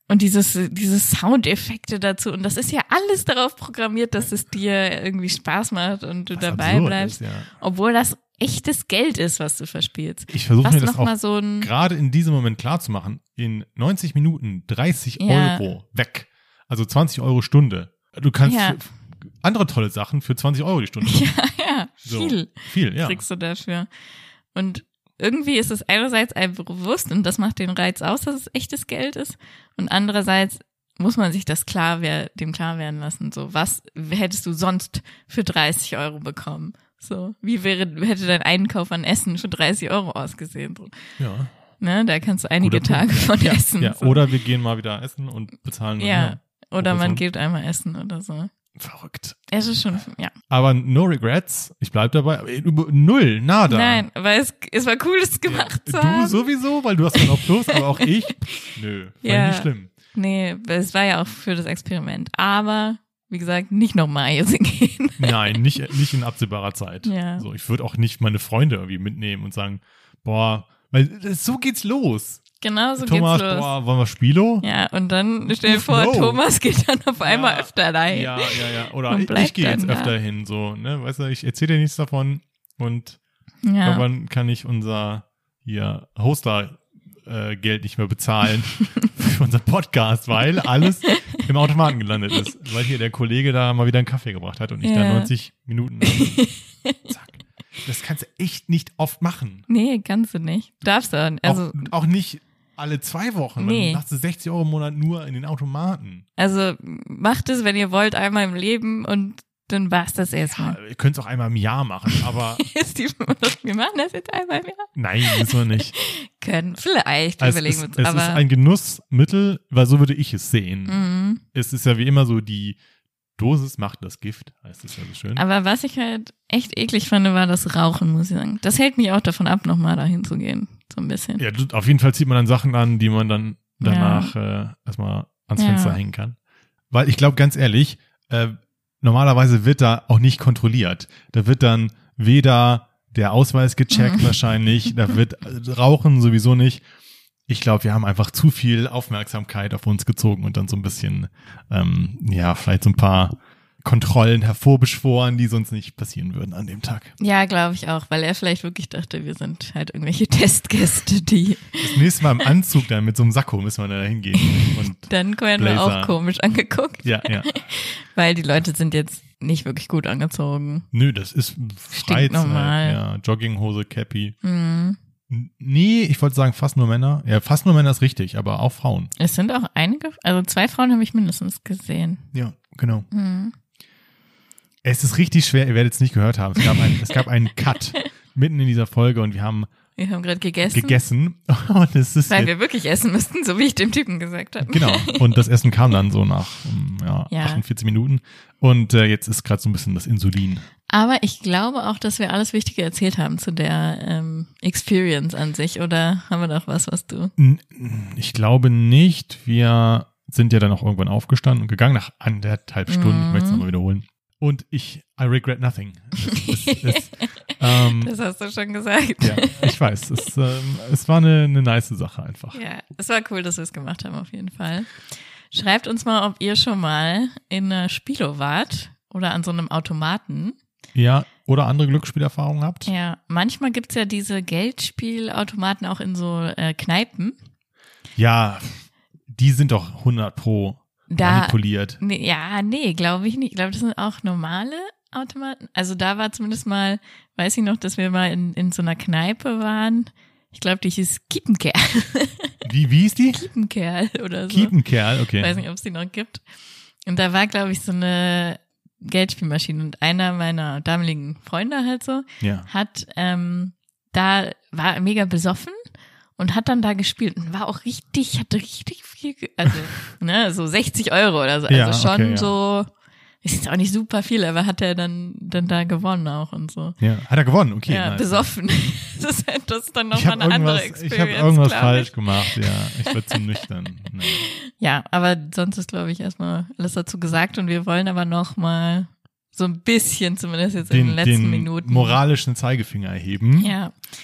Und dieses, diese Soundeffekte dazu. Und das ist ja alles darauf programmiert, dass es dir irgendwie Spaß macht und du Was dabei absurd bleibst. ist, ja. Obwohl das echtes Geld ist, was du verspielst. Ich versuche Was mir das noch auch mal so ein, gerade in diesem Moment klar zu machen. In neunzig Minuten dreißig Ja. Euro weg. Also zwanzig Euro Stunde. Du kannst Ja. f- andere tolle Sachen für zwanzig Euro die Stunde. ja, ja, So, viel Viel, ja. kriegst du dafür. Und irgendwie ist es einerseits einem bewusst und das macht den Reiz aus, dass es echtes Geld ist. Und andererseits muss man sich das klar wer, dem klar werden lassen. So, was hättest du sonst für dreißig Euro bekommen? So, wie wäre, hätte dein Einkauf an Essen für dreißig Euro ausgesehen? So, Ja. ne, da kannst du einige Guter Tage Punkt, von ja. essen. Ja, so. oder wir gehen mal wieder essen und bezahlen dann Ja. mehr. Oder Oder man so. geht einmal essen oder so. Verrückt. Es ist schon, ja. Aber no regrets. Ich bleib dabei. Äh, über- Null, nada. Nein, weil es, es war cool, es Ja, gemacht zu du haben. sowieso, weil du hast dann auch Plus, aber auch ich. Nö, fand ich Ja. nicht schlimm. Nee, es war ja auch für das Experiment. Aber, wie gesagt, nicht nochmal jetzt gehen. Nein, nicht, nicht in absehbarer Zeit. Ja. So, ich würde auch nicht meine Freunde irgendwie mitnehmen und sagen, boah, weil das, so geht's los. Genau so Thomas, geht's los. boah, wollen wir Spilo? Ja, und dann stell dir vor, No. Thomas geht dann auf einmal Ja, öfter dahin. Ja, ja, ja. Oder Und ich, bleibt ich gehe jetzt dann da. öfter hin, so, ne? Weißt du, ich erzähle dir nichts davon und Ja. irgendwann kann ich unser hier Hoster äh, Geld nicht mehr bezahlen für unseren Podcast, weil alles im Automaten gelandet ist. Weil hier der Kollege da mal wieder einen Kaffee gebracht hat und ich Ja. da neunzig Minuten zack. Das kannst du echt nicht oft machen. Nee, kannst du nicht. Darfst du. auch- Also, auch, auch nicht alle zwei Wochen. Nee. Dann hast du sechzig Euro im Monat nur in den Automaten. also macht es, wenn ihr wollt, einmal im Leben und dann war's das Ja, erstmal. ihr könnt es auch einmal im Jahr machen, aber Wir machen das jetzt einmal im Jahr. nein, müssen wir nicht. Können. Vielleicht Es, überlegen ist, wir uns. es Aber ist ein Genussmittel, weil so würde ich es sehen. mhm. Es ist ja wie immer so, die Dosis macht das Gift, heißt es ja so schön. Aber was ich halt echt eklig fand, war das Rauchen, muss ich sagen. Das hält mich auch davon ab, nochmal dahin zu gehen. So ein bisschen. Ja, du- auf jeden Fall zieht man dann Sachen an, die man dann danach äh, erstmal ans Ja. Fenster hängen kann. Weil ich glaube, ganz ehrlich, äh, normalerweise wird da auch nicht kontrolliert. Da wird dann weder der Ausweis gecheckt Mhm. wahrscheinlich, da wird äh, Rauchen sowieso nicht. Ich glaube, wir haben einfach zu viel Aufmerksamkeit auf uns gezogen und dann so ein bisschen, ähm, ja, vielleicht so ein paar Kontrollen hervorbeschworen, die sonst nicht passieren würden an dem Tag. Ja, glaube ich auch, weil er vielleicht wirklich dachte, wir sind halt irgendwelche Testgäste, die Das nächste Mal im Anzug dann mit so einem Sakko müssen wir da hingehen. Und dann werden wir Blazer. auch komisch angeguckt, ja, ja. weil die Leute sind jetzt nicht wirklich gut angezogen. Nö, das ist Freizeit. normal. Ja, Jogginghose, Cappy. Mhm. N- Nee, ich wollte sagen fast nur Männer. Ja, fast nur Männer ist richtig, aber auch Frauen. Es sind auch einige, also zwei Frauen habe ich mindestens gesehen. Ja, genau. Mhm. Es ist richtig schwer, ihr werdet es nicht gehört haben. Es gab, ein, es gab einen Cut mitten in dieser Folge und wir haben Wir haben gerade gegessen, gegessen. Und es ist weil jetzt, wir wirklich essen müssten, so wie ich dem Typen gesagt habe. genau. Und das Essen kam dann so nach um, ja, Ja. achtundvierzig Minuten. Und äh, jetzt ist gerade so ein bisschen das Insulin. Aber ich glaube auch, dass wir alles Wichtige erzählt haben zu der ähm, Experience an sich. Oder haben wir noch was, was du... N- Ich glaube nicht. Wir sind ja dann auch irgendwann aufgestanden und gegangen nach anderthalb Stunden. Ich möchte es nochmal wiederholen. Und ich, I regret nothing. Es, es, es, ähm, Das hast du schon gesagt. ja, ich weiß. Es, ähm, es war eine, eine nice Sache einfach. Ja, es war cool, dass wir es gemacht haben, auf jeden Fall. Schreibt uns mal, ob ihr schon mal in einer Spilo wart oder an so einem Automaten. Ja, oder andere Glücksspielerfahrungen habt? Ja, manchmal gibt's ja diese Geldspielautomaten auch in so äh, Kneipen. Ja, die sind doch hundert pro Da, manipuliert. nee, ja, nee, glaube ich nicht. Ich glaube, das sind auch normale Automaten. Also da war zumindest mal, weiß ich noch, dass wir mal in, in so einer Kneipe waren. Ich glaube, die hieß Kiepenkerl. Wie, wie ist die? Kiepenkerl oder so. Kiepenkerl, okay. Ich weiß nicht, ob es die noch gibt. Und da war, glaube ich, so eine Geldspielmaschine. Und einer meiner damaligen Freunde halt so, Ja. hat, ähm, da war mega besoffen und hat dann da gespielt und war auch richtig, hatte richtig viel, ge- also, ne, so sechzig Euro oder so. Also Ja, schon okay, ja. so, ist jetzt auch nicht super viel, aber hat er dann, dann da gewonnen auch und so. Ja. Hat er gewonnen, okay. ja, nice. besoffen. Das ist, halt, das ist dann Ich nochmal habe eine andere irgendwas, Experience. ich hab irgendwas glaub falsch ich. gemacht, ja. Ich war zu nüchtern. Nee. Ja, aber sonst ist, glaube ich, erstmal alles dazu gesagt und wir wollen aber noch mal so ein bisschen, zumindest jetzt in den Den, letzten den Minuten. moralischen Zeigefinger erheben. Ja.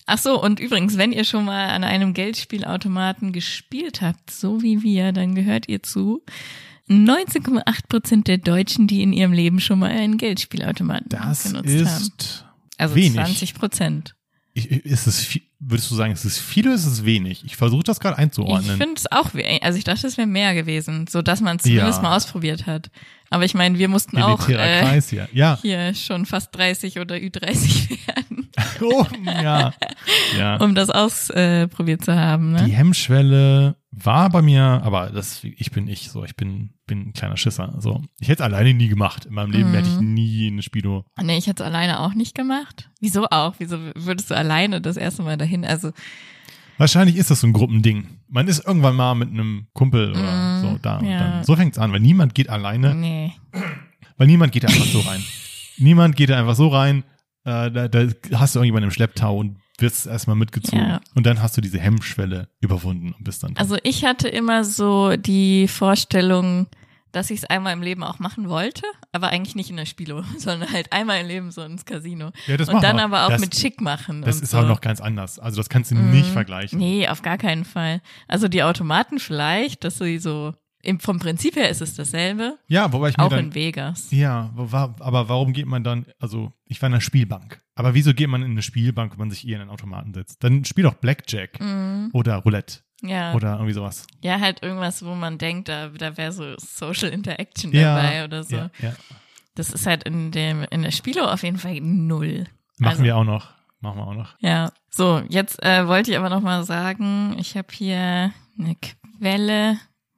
Ach so, und übrigens, wenn ihr schon mal an einem Geldspielautomaten gespielt habt, so wie wir, dann gehört ihr zu neunzehn Komma acht Prozent der Deutschen, die in ihrem Leben schon mal einen Geldspielautomaten das genutzt ist haben. Also wenig. zwanzig Prozent. Ich, ist es viel, würdest du sagen, ist es viel oder ist es wenig? Ich versuche das gerade einzuordnen. Ich finde es auch wenig. Also ich dachte, es wäre mehr gewesen, so dass man es zumindest Ja. mal ausprobiert hat. Aber ich meine, wir mussten auch Elitärer äh, Kreis hier. Ja. hier schon fast dreißig oder Ü dreißig werden, Oh, ja. ja. um das ausprobiert zu haben. Die Ne? Hemmschwelle war bei mir, aber das, ich bin ich so, ich bin, bin ein kleiner Schisser. So, ich hätte es alleine nie gemacht. In meinem Leben Mhm. hätte ich nie eine Spilo. Nee, ich hätte es alleine auch nicht gemacht. Wieso auch? Wieso würdest du alleine das erste Mal dahin? Also Wahrscheinlich ist das so ein Gruppending. Man ist irgendwann mal mit einem Kumpel oder Mm, so da. Und ja. dann, so fängt's an, weil niemand geht alleine, nee. weil niemand geht da einfach so rein. Niemand geht da einfach so rein, äh, da, da hast du irgendjemanden im Schlepptau und wirst erstmal mitgezogen. Ja. Und dann hast du diese Hemmschwelle überwunden und bist dann. Also ich hatte immer so die Vorstellung, dass ich es einmal im Leben auch machen wollte, aber eigentlich nicht in der Spilo, sondern halt einmal im Leben so ins Casino. Ja, das und machen dann wir. aber auch Das- mit Schick machen. das und ist so. auch noch ganz anders. Also das kannst du nicht vergleichen. Nee, auf gar keinen Fall. Also die Automaten vielleicht, dass sie so, im, vom Prinzip her ist es dasselbe, Ja, wobei ich mir auch dann, in Vegas. ja, wo war, aber warum geht man dann, also ich war in einer Spielbank. Aber wieso geht man in eine Spielbank, wenn man sich eher in einen Automaten setzt? Dann spiel doch Blackjack Mhm. oder Roulette Ja. oder irgendwie sowas. ja, halt irgendwas, wo man denkt, da, da wäre so Social Interaction Ja, dabei oder so. Ja, ja. Das ist halt in dem, in der Spilo auf jeden Fall null. Machen Also- wir auch noch. Machen wir auch noch. Ja, so, jetzt äh, wollte ich aber noch mal sagen, ich habe hier eine Quelle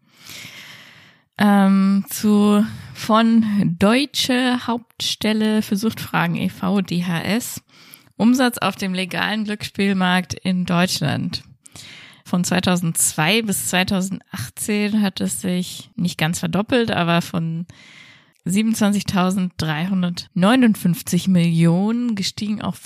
ähm, zu von Deutsche Hauptstelle für Suchtfragen e V, D H S, Umsatz auf dem legalen Glücksspielmarkt in Deutschland. Von zweitausendzwei bis zweitausendachtzehn hat es sich nicht ganz verdoppelt, aber von siebenundzwanzigtausenddreihundertneunundfünfzig Millionen gestiegen auf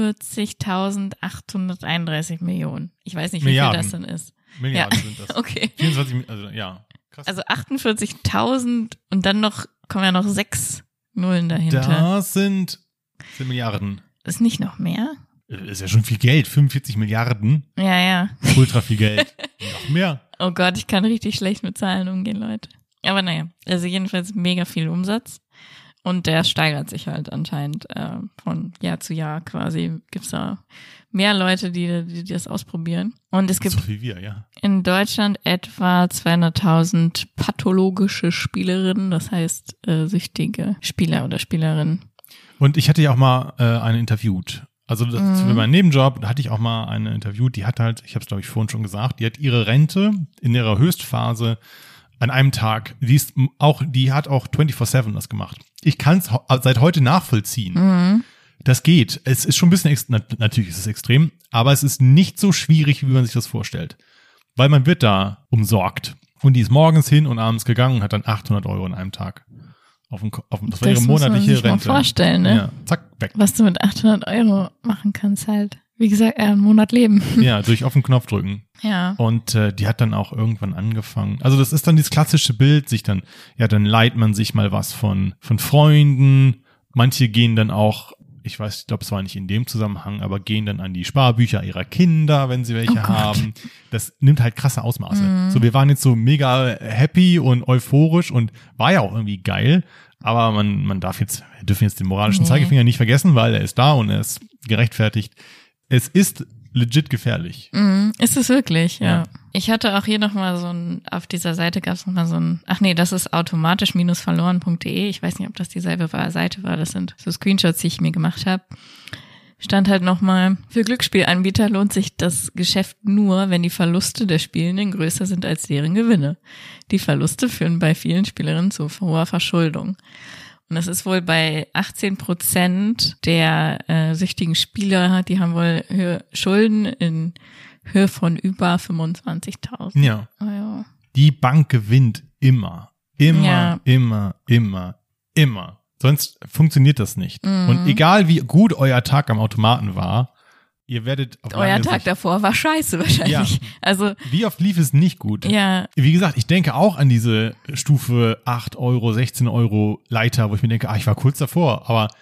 fünfundvierzigtausendachthunderteinunddreißig Millionen. Ich weiß nicht, wie Milliarden. viel das denn ist. Milliarden Ja. sind das. Okay. vierundzwanzig, Mi- also ja. Krass. Also achtundvierzigtausend und dann noch kommen ja noch sechs Nullen dahinter. das sind, sind Milliarden. Ist nicht noch mehr? Ist ja schon viel Geld. fünfundvierzig Milliarden. Ja, ja. Ultra viel Geld. Noch mehr. Oh Gott, ich kann richtig schlecht mit Zahlen umgehen, Leute. Aber naja, also jedenfalls mega viel Umsatz. Und der steigert sich halt anscheinend äh, von Jahr zu Jahr quasi. Gibt's da mehr Leute, die, die das ausprobieren. Und es gibt So wie wir, ja. in Deutschland etwa zweihunderttausend pathologische Spielerinnen, das heißt äh, süchtige Spieler oder Spielerinnen. Und ich hatte ja auch mal äh, eine interviewt. Also das, Mhm. für meinen Nebenjob hatte ich auch mal eine interviewt, die hat halt, ich habe es glaube ich vorhin schon gesagt, die hat ihre Rente in ihrer Höchstphase an einem Tag, die ist auch, die hat auch vierundzwanzig sieben das gemacht. Ich kann es seit heute nachvollziehen. Mhm. Das geht. Es ist schon ein bisschen, ex nat natürlich ist es extrem, aber es ist nicht so schwierig, wie man sich das vorstellt. Weil man wird da umsorgt. Und die ist morgens hin und abends gegangen und hat dann achthundert Euro in einem Tag. Auf dem, auf dem, das war ihre Das muss man monatliche sich mal Rente. vorstellen, ne? Ja, zack, weg. Was du mit achthundert Euro machen kannst halt. Wie gesagt, äh, einen Monat leben. Ja, durch auf den Knopf drücken. Ja. Und äh, die hat dann auch irgendwann angefangen. Also das ist dann dieses klassische Bild, sich dann, ja, dann leiht man sich mal was von von Freunden. Manche gehen dann auch, ich weiß, ich glaube, es war nicht in dem Zusammenhang, aber gehen dann an die Sparbücher ihrer Kinder, wenn sie welche Oh Gott. haben. Das nimmt halt krasse Ausmaße. Mhm. So, wir waren jetzt so mega happy und euphorisch und war ja auch irgendwie geil. Aber man, man darf jetzt, wir dürfen jetzt den moralischen Nee. Zeigefinger nicht vergessen, weil er ist da und er ist gerechtfertigt. Es ist legit gefährlich. Mhm. Ist es wirklich, ja. Ja. Ich hatte auch hier nochmal so ein, auf dieser Seite gab es nochmal so ein, ach nee, das ist automatisch verloren punkt de. Ich weiß nicht, ob das dieselbe war, Seite war. Das sind so Screenshots, die ich mir gemacht habe. Stand halt nochmal, für Glücksspielanbieter lohnt sich das Geschäft nur, wenn die Verluste der Spielenden größer sind als deren Gewinne. Die Verluste führen bei vielen Spielerinnen zu hoher Verschuldung. Und das ist wohl bei achtzehn Prozent der äh, süchtigen Spieler, die haben wohl Höhe, Schulden in Höhe von über fünfundzwanzigtausend. Ja. Oh ja. Die Bank gewinnt immer. Immer, Ja. immer, immer, immer. Sonst funktioniert das nicht. Mhm. Und egal wie gut euer Tag am Automaten war, ihr werdet auf Euer lange Tag Sicht- davor war scheiße wahrscheinlich. Ja. Also, Wie oft lief es nicht gut? ja, Wie gesagt, ich denke auch an diese Stufe acht Euro, sechzehn Euro Leiter, wo ich mir denke, ah, ich war kurz davor, aber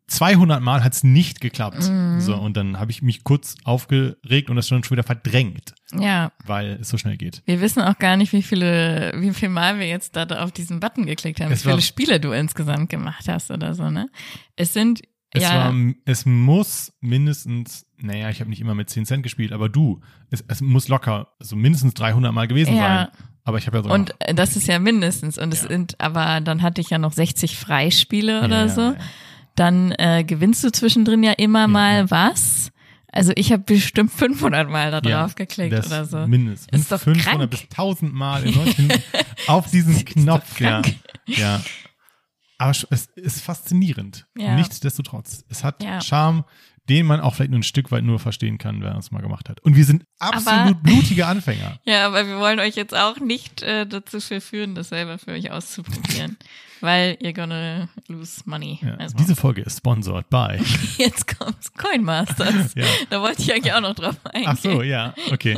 zweihundert Mal hat's nicht geklappt. Mhm. So, und dann habe ich mich kurz aufgeregt und das schon wieder verdrängt, Ja. weil es so schnell geht. Wir wissen auch gar nicht, wie viele, wie viel Mal wir jetzt da auf diesen Button geklickt haben, Es wie viele war- Spiele du insgesamt gemacht hast oder so, ne? Es sind, Es ja, war, es muss mindestens, naja, ich habe nicht immer mit zehn Cent gespielt, aber du, es, es muss locker, also mindestens dreihundert Mal gewesen Ja. sein. Aber ich habe ja sogar und äh, das ist ja mindestens. Und es Ja. sind, aber dann hatte ich ja noch sechzig Freispiele noch, oder ja, so. Ja, ja. Dann äh, gewinnst du zwischendrin ja immer Ja, mal ja. was. Also ich habe bestimmt fünfhundert Mal da Ja, drauf geklickt das oder so. Mindestens Ist doch fünfhundert krank. bis tausend Mal in neunzehn Minuten auf diesen Ist doch Knopf. Ja, krank. ja. Aber sch- es ist faszinierend. Ja. Nichtsdestotrotz. Es hat Ja. Charme, den man auch vielleicht nur ein Stück weit nur verstehen kann, wer es mal gemacht hat. Und wir sind absolut Aber- blutige Anfänger. Ja, aber wir wollen euch jetzt auch nicht äh, dazu verführen, das selber für euch auszuprobieren. Weil you're gonna lose money. Ja. Also, Diese Folge ist sponsored by. jetzt kommt's Coinmasters. Ja. Da wollte ich eigentlich auch noch drauf eingehen. Ach so, ja, okay.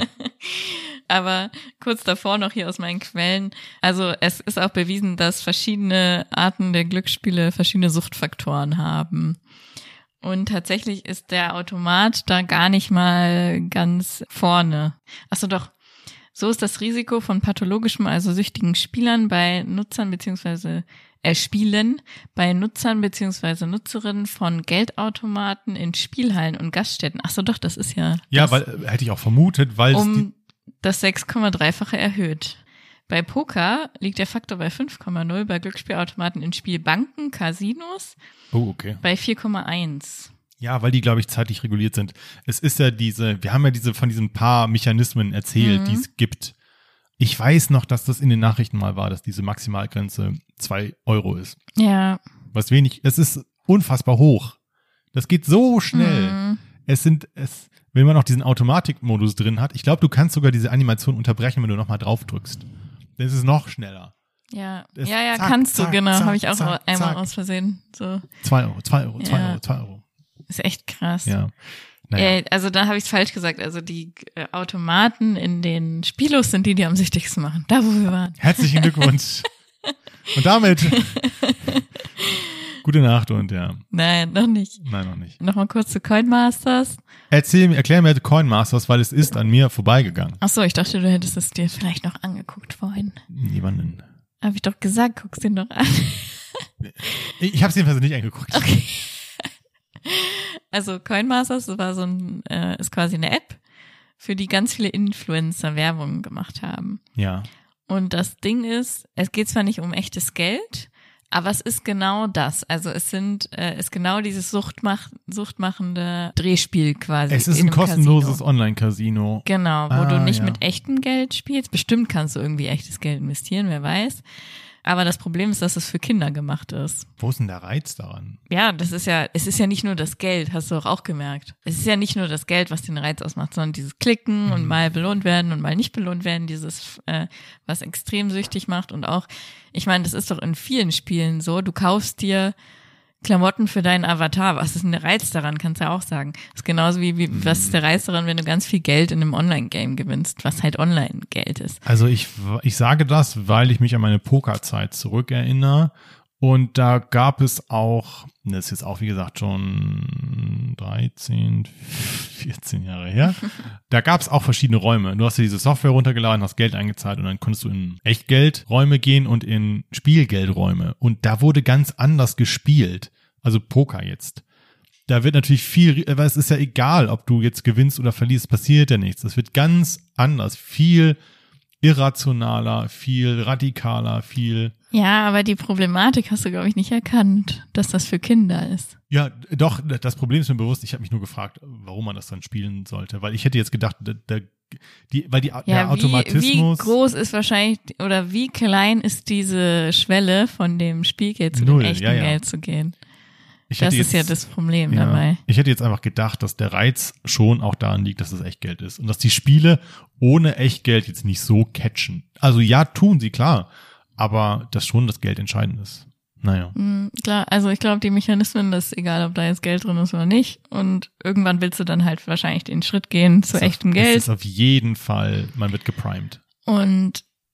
Aber kurz davor noch hier aus meinen Quellen. Also es ist auch bewiesen, dass verschiedene Arten der Glücksspiele verschiedene Suchtfaktoren haben. Und tatsächlich ist der Automat da gar nicht mal ganz vorne. Ach so, doch. So ist das Risiko von pathologischem, also süchtigen Spielern bei Nutzern beziehungsweise äh, Spielen bei Nutzern beziehungsweise Nutzerinnen von Geldautomaten in Spielhallen und Gaststätten. Ach so, doch, das ist ja Ja, das, weil äh, hätte ich auch vermutet, weil es die, um das sechs Komma drei-fache erhöht. Bei Poker liegt der Faktor bei fünf Komma null, bei Glücksspielautomaten in Spielbanken, Casinos Oh, okay. bei vier Komma eins. Ja, weil die, glaube ich, zeitlich reguliert sind. Es ist ja diese, wir haben ja diese von diesen paar Mechanismen erzählt, Mhm. die es gibt. Ich weiß noch, dass das in den Nachrichten mal war, dass diese Maximalgrenze zwei Euro ist. Ja. Was wenig, es ist unfassbar hoch. Das geht so schnell. Mhm. Es sind, es, wenn man noch diesen Automatikmodus drin hat, ich glaube, du kannst sogar diese Animation unterbrechen, wenn du nochmal drauf drückst. Dann ist es noch schneller. Ja, Das- ja, ja, zack, kannst du, zack, genau. zack, Habe ich auch zack, einmal zack. aus Versehen. So, Zwei Euro, zwei Euro, zwei Ja. Euro, zwei Euro. ist echt krass. Ja. Naja. Äh, also da habe ich es falsch gesagt. Also die äh, Automaten in den Spielos sind die, die am süchtigsten machen. Da, wo wir waren. Herzlichen Glückwunsch. Und damit gute Nacht und ja, Nein, noch nicht. nein, noch nicht. Nochmal kurz zu Coinmasters. Erzähl mir, erklär mir Coinmasters, weil es ist an mir vorbeigegangen. Ach so, ich dachte, du hättest es dir vielleicht noch angeguckt vorhin. Niemanden. Habe ich doch gesagt, guck's dir doch an. Ich, ich habe es jedenfalls nicht angeguckt. Okay. Also Coinmasters, das war so ein, äh, ist quasi eine App, für die ganz viele Influencer Werbung gemacht haben. Ja. Und das Ding ist, es geht zwar nicht um echtes Geld, aber es ist genau das. Also es sind, äh, ist genau dieses Suchtmach, suchtmachende Drehspiel quasi. Es ist in ein einem kostenloses Casino. Online-Casino. Genau, wo Ah, du nicht ja. mit echtem Geld spielst. Bestimmt kannst du irgendwie echtes Geld investieren, wer weiß. Aber das Problem ist, dass es für Kinder gemacht ist. Wo ist denn der Reiz daran? Ja, das ist ja, es ist ja nicht nur das Geld, hast du auch, auch gemerkt. Es ist ja nicht nur das Geld, was den Reiz ausmacht, sondern dieses Klicken Mhm. und mal belohnt werden und mal nicht belohnt werden, dieses, äh, was extrem süchtig macht. Und auch, ich meine, das ist doch in vielen Spielen so, du kaufst dir Klamotten für deinen Avatar. Was ist denn der Reiz daran, kannst du ja auch sagen. Das ist genauso wie, wie was ist der Reiz daran, wenn du ganz viel Geld in einem Online-Game gewinnst, was halt Online-Geld ist. Also ich, ich sage das, weil ich mich an meine Pokerzeit zurückerinnere. Und da gab es auch, das ist jetzt auch wie gesagt schon dreizehn, vierzehn Jahre her, da gab es auch verschiedene Räume. Du hast dir diese Software runtergeladen, hast Geld eingezahlt und dann konntest du in Echtgeldräume gehen und in Spielgeldräume. Und da wurde ganz anders gespielt. Also Poker jetzt. Da wird natürlich viel, aber es ist ja egal, ob du jetzt gewinnst oder verlierst, passiert ja nichts. Es wird ganz anders, viel irrationaler, viel radikaler, viel. Ja, aber die Problematik hast du, glaube ich, nicht erkannt, dass das für Kinder ist. Ja, doch, das Problem ist mir bewusst. Ich habe mich nur gefragt, warum man das dann spielen sollte. Weil ich hätte jetzt gedacht, da, da, die, weil die, Ja, der Automatismus. Wie, wie groß ist wahrscheinlich, oder wie klein ist diese Schwelle von dem Spielgeld zu Null, dem echten ja, ja. Geld zu gehen? ich Das hätte ist ja jetzt- das Problem Ja. dabei. Ich hätte jetzt einfach gedacht, dass der Reiz schon auch daran liegt, dass es Echtgeld ist. Und dass die Spiele ohne Echtgeld jetzt nicht so catchen. Also ja, tun sie, klar. Aber dass schon das Geld entscheidend ist. Naja. Mhm, klar, also ich glaube, die Mechanismen, das ist egal, ob da jetzt Geld drin ist oder nicht. Und irgendwann willst du dann halt wahrscheinlich den Schritt gehen zu Es echtem ist- Es Geld. ist auf jeden Fall, man wird geprimed. Und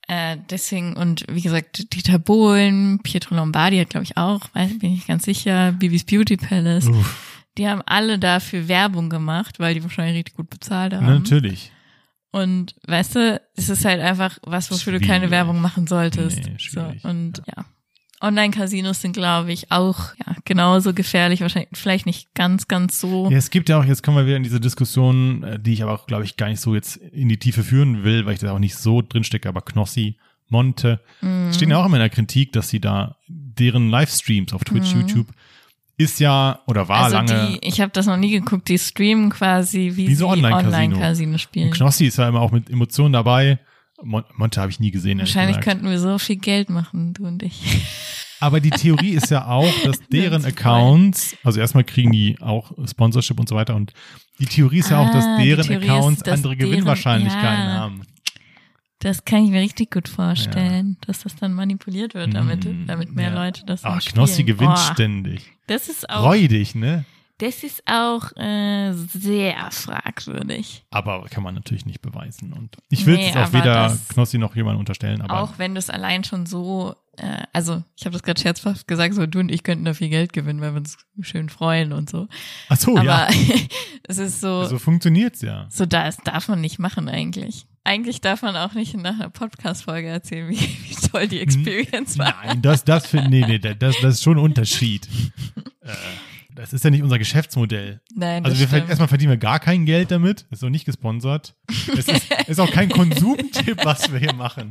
Äh, deswegen, und wie gesagt, Dieter Bohlen, Pietro Lombardi hat, glaube ich, auch, weiß, bin ich ganz sicher, Bibis Beauty Palace. Uff. Die haben alle dafür Werbung gemacht, weil die wahrscheinlich richtig gut bezahlt haben. Natürlich. Und weißt du, es ist halt einfach was, wofür schwierig. Du keine Werbung machen solltest. Nee, so, und ja. ja. Online-Casinos sind, glaube ich, auch ja genauso gefährlich, wahrscheinlich vielleicht nicht ganz, ganz so. Ja, es gibt ja auch, jetzt kommen wir wieder in diese Diskussion, die ich aber auch, glaube ich, gar nicht so jetzt in die Tiefe führen will, weil ich da auch nicht so drinstecke, aber Knossi, Monte, mm. stehen ja auch immer in der Kritik, dass sie da deren Livestreams auf Twitch, mm. YouTube ist ja, oder war also lange. Die, ich habe das noch nie geguckt, die streamen quasi, wie, wie so sie Online-Casino Online spielen. Und Knossi ist ja immer auch mit Emotionen dabei. Mon- Monte habe ich nie gesehen. Wahrscheinlich könnten wir so viel Geld machen, du und ich. Aber die Theorie ist ja auch, dass deren Accounts, also erstmal kriegen die auch Sponsorship und so weiter, und die Theorie ist ja ah, auch, dass deren Accounts ist, dass andere deren, Gewinnwahrscheinlichkeiten ja, haben. Das kann ich mir richtig gut vorstellen, ja. dass das dann manipuliert wird, damit, mm, damit mehr ja. Leute das Ach, Knossi gewinnt oh, ständig. Das ist auch. Freu dich, ne? Das ist auch äh, sehr fragwürdig. Aber kann man natürlich nicht beweisen. Und ich will es nee, auch weder Knossi noch jemandem unterstellen. Aber auch wenn du es allein schon so, äh, also ich habe das gerade scherzhaft gesagt, so du und ich könnten da viel Geld gewinnen, weil wir uns schön freuen und so. Ach so, aber ja. es ist so. So funktioniert's ja. So das darf man nicht machen eigentlich. Eigentlich darf man auch nicht nach einer Podcast-Folge erzählen, wie, wie toll die Experience war. Nein, das, das, nee, nee, das, das ist schon ein Unterschied. äh. Das ist ja nicht unser Geschäftsmodell. Nein, also das wir erstmal verdienen wir gar kein Geld damit. Ist auch nicht gesponsert. Es ist, ist auch kein Konsumtipp, was wir hier machen.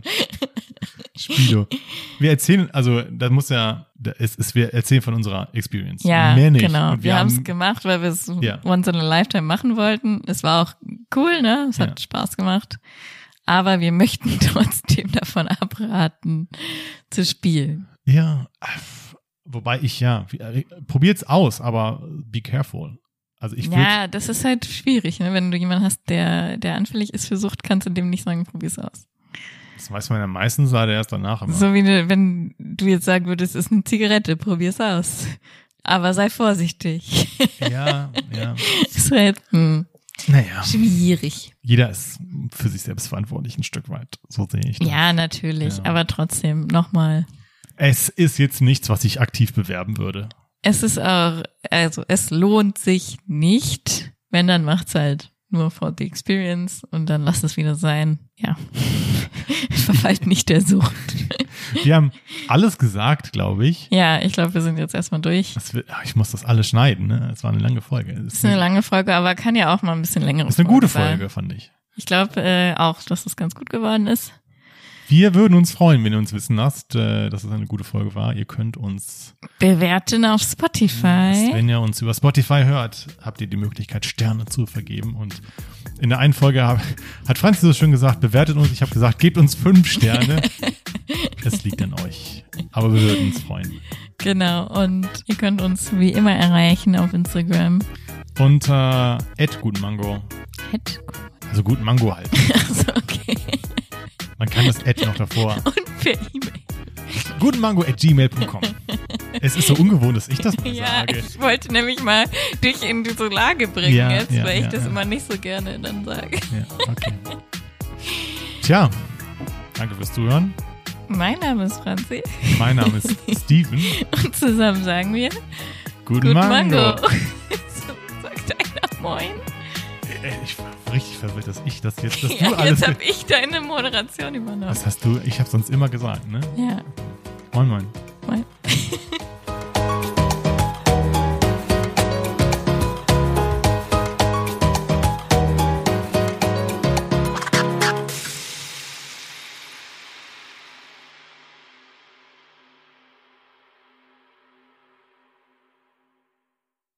Spilo. Wir erzählen, also das muss ja, es ist, wir erzählen von unserer Experience. Ja, mehr nicht. Genau. Und wir wir haben es gemacht, weil wir es ja. once in a lifetime machen wollten. Es war auch cool, ne? Es hat ja. Spaß gemacht. Aber wir möchten trotzdem davon abraten, zu spielen. Ja, wobei ich, ja, probiert's aus, aber be careful. Also ich Ja, das ist halt schwierig, ne? Wenn du jemanden hast, der, der anfällig ist für Sucht, kannst du dem nicht sagen, probier's aus. Das weiß man ja meistens leider erst danach immer. So wie du, wenn du jetzt sagen würdest, es ist eine Zigarette, probier's aus. Aber sei vorsichtig. Ja, ja. Ist halt, hm, naja. schwierig. Jeder ist für sich selbst verantwortlich ein Stück weit. So sehe ich das. Ja, natürlich. Ja. Aber trotzdem, nochmal. Es ist jetzt nichts, was ich aktiv bewerben würde. Es ist auch, also es lohnt sich nicht. Wenn, dann macht's halt nur for the experience und dann lasst es wieder sein. Ja. Verfallt nicht der Sucht. Wir haben alles gesagt, glaube ich. Ja, ich glaube, wir sind jetzt erstmal durch. Das wird, ich muss das alles schneiden, ne? Es war eine lange Folge. Es ist eine lange Folge, aber kann ja auch mal ein bisschen länger. Das ist eine gute Folge, fand ich. Ich glaube äh, auch, dass es ganz gut geworden ist. Wir würden uns freuen, wenn ihr uns wissen lasst, äh, dass es eine gute Folge war. Ihr könnt uns bewerten auf Spotify. Wenn ihr uns über Spotify hört, habt ihr die Möglichkeit, Sterne zu vergeben. Und in der einen Folge hab, hat Franzi so schön gesagt, bewertet uns. Ich habe gesagt, gebt uns fünf Sterne. Es liegt an euch. Aber wir würden uns freuen. Genau. Und ihr könnt uns wie immer erreichen auf Instagram. Unter äh, at gutenmango. At? Also guten Mango halt. Achso, okay. Man kann das Ad noch davor. Und per E-Mail. gutenmango at gmail punkt com. Es ist so ungewohnt, dass ich das mal ja, sage. Ich wollte nämlich mal dich in diese Lage bringen ja, jetzt, ja, weil ich ja, das ja. immer nicht so gerne dann sage. Ja, okay. Tja, danke fürs Zuhören. Mein Name ist Franzi. Mein Name ist Steven. Und zusammen sagen wir Guten, Guten Mango. Mango. So sagt einer Moin. Ich war richtig verwirrt, dass ich das jetzt, dass ja, du alles... jetzt habe ich deine Moderation übernommen. Das hast du, ich habe sonst immer gesagt, ne? Ja. Moin, moin. Moin.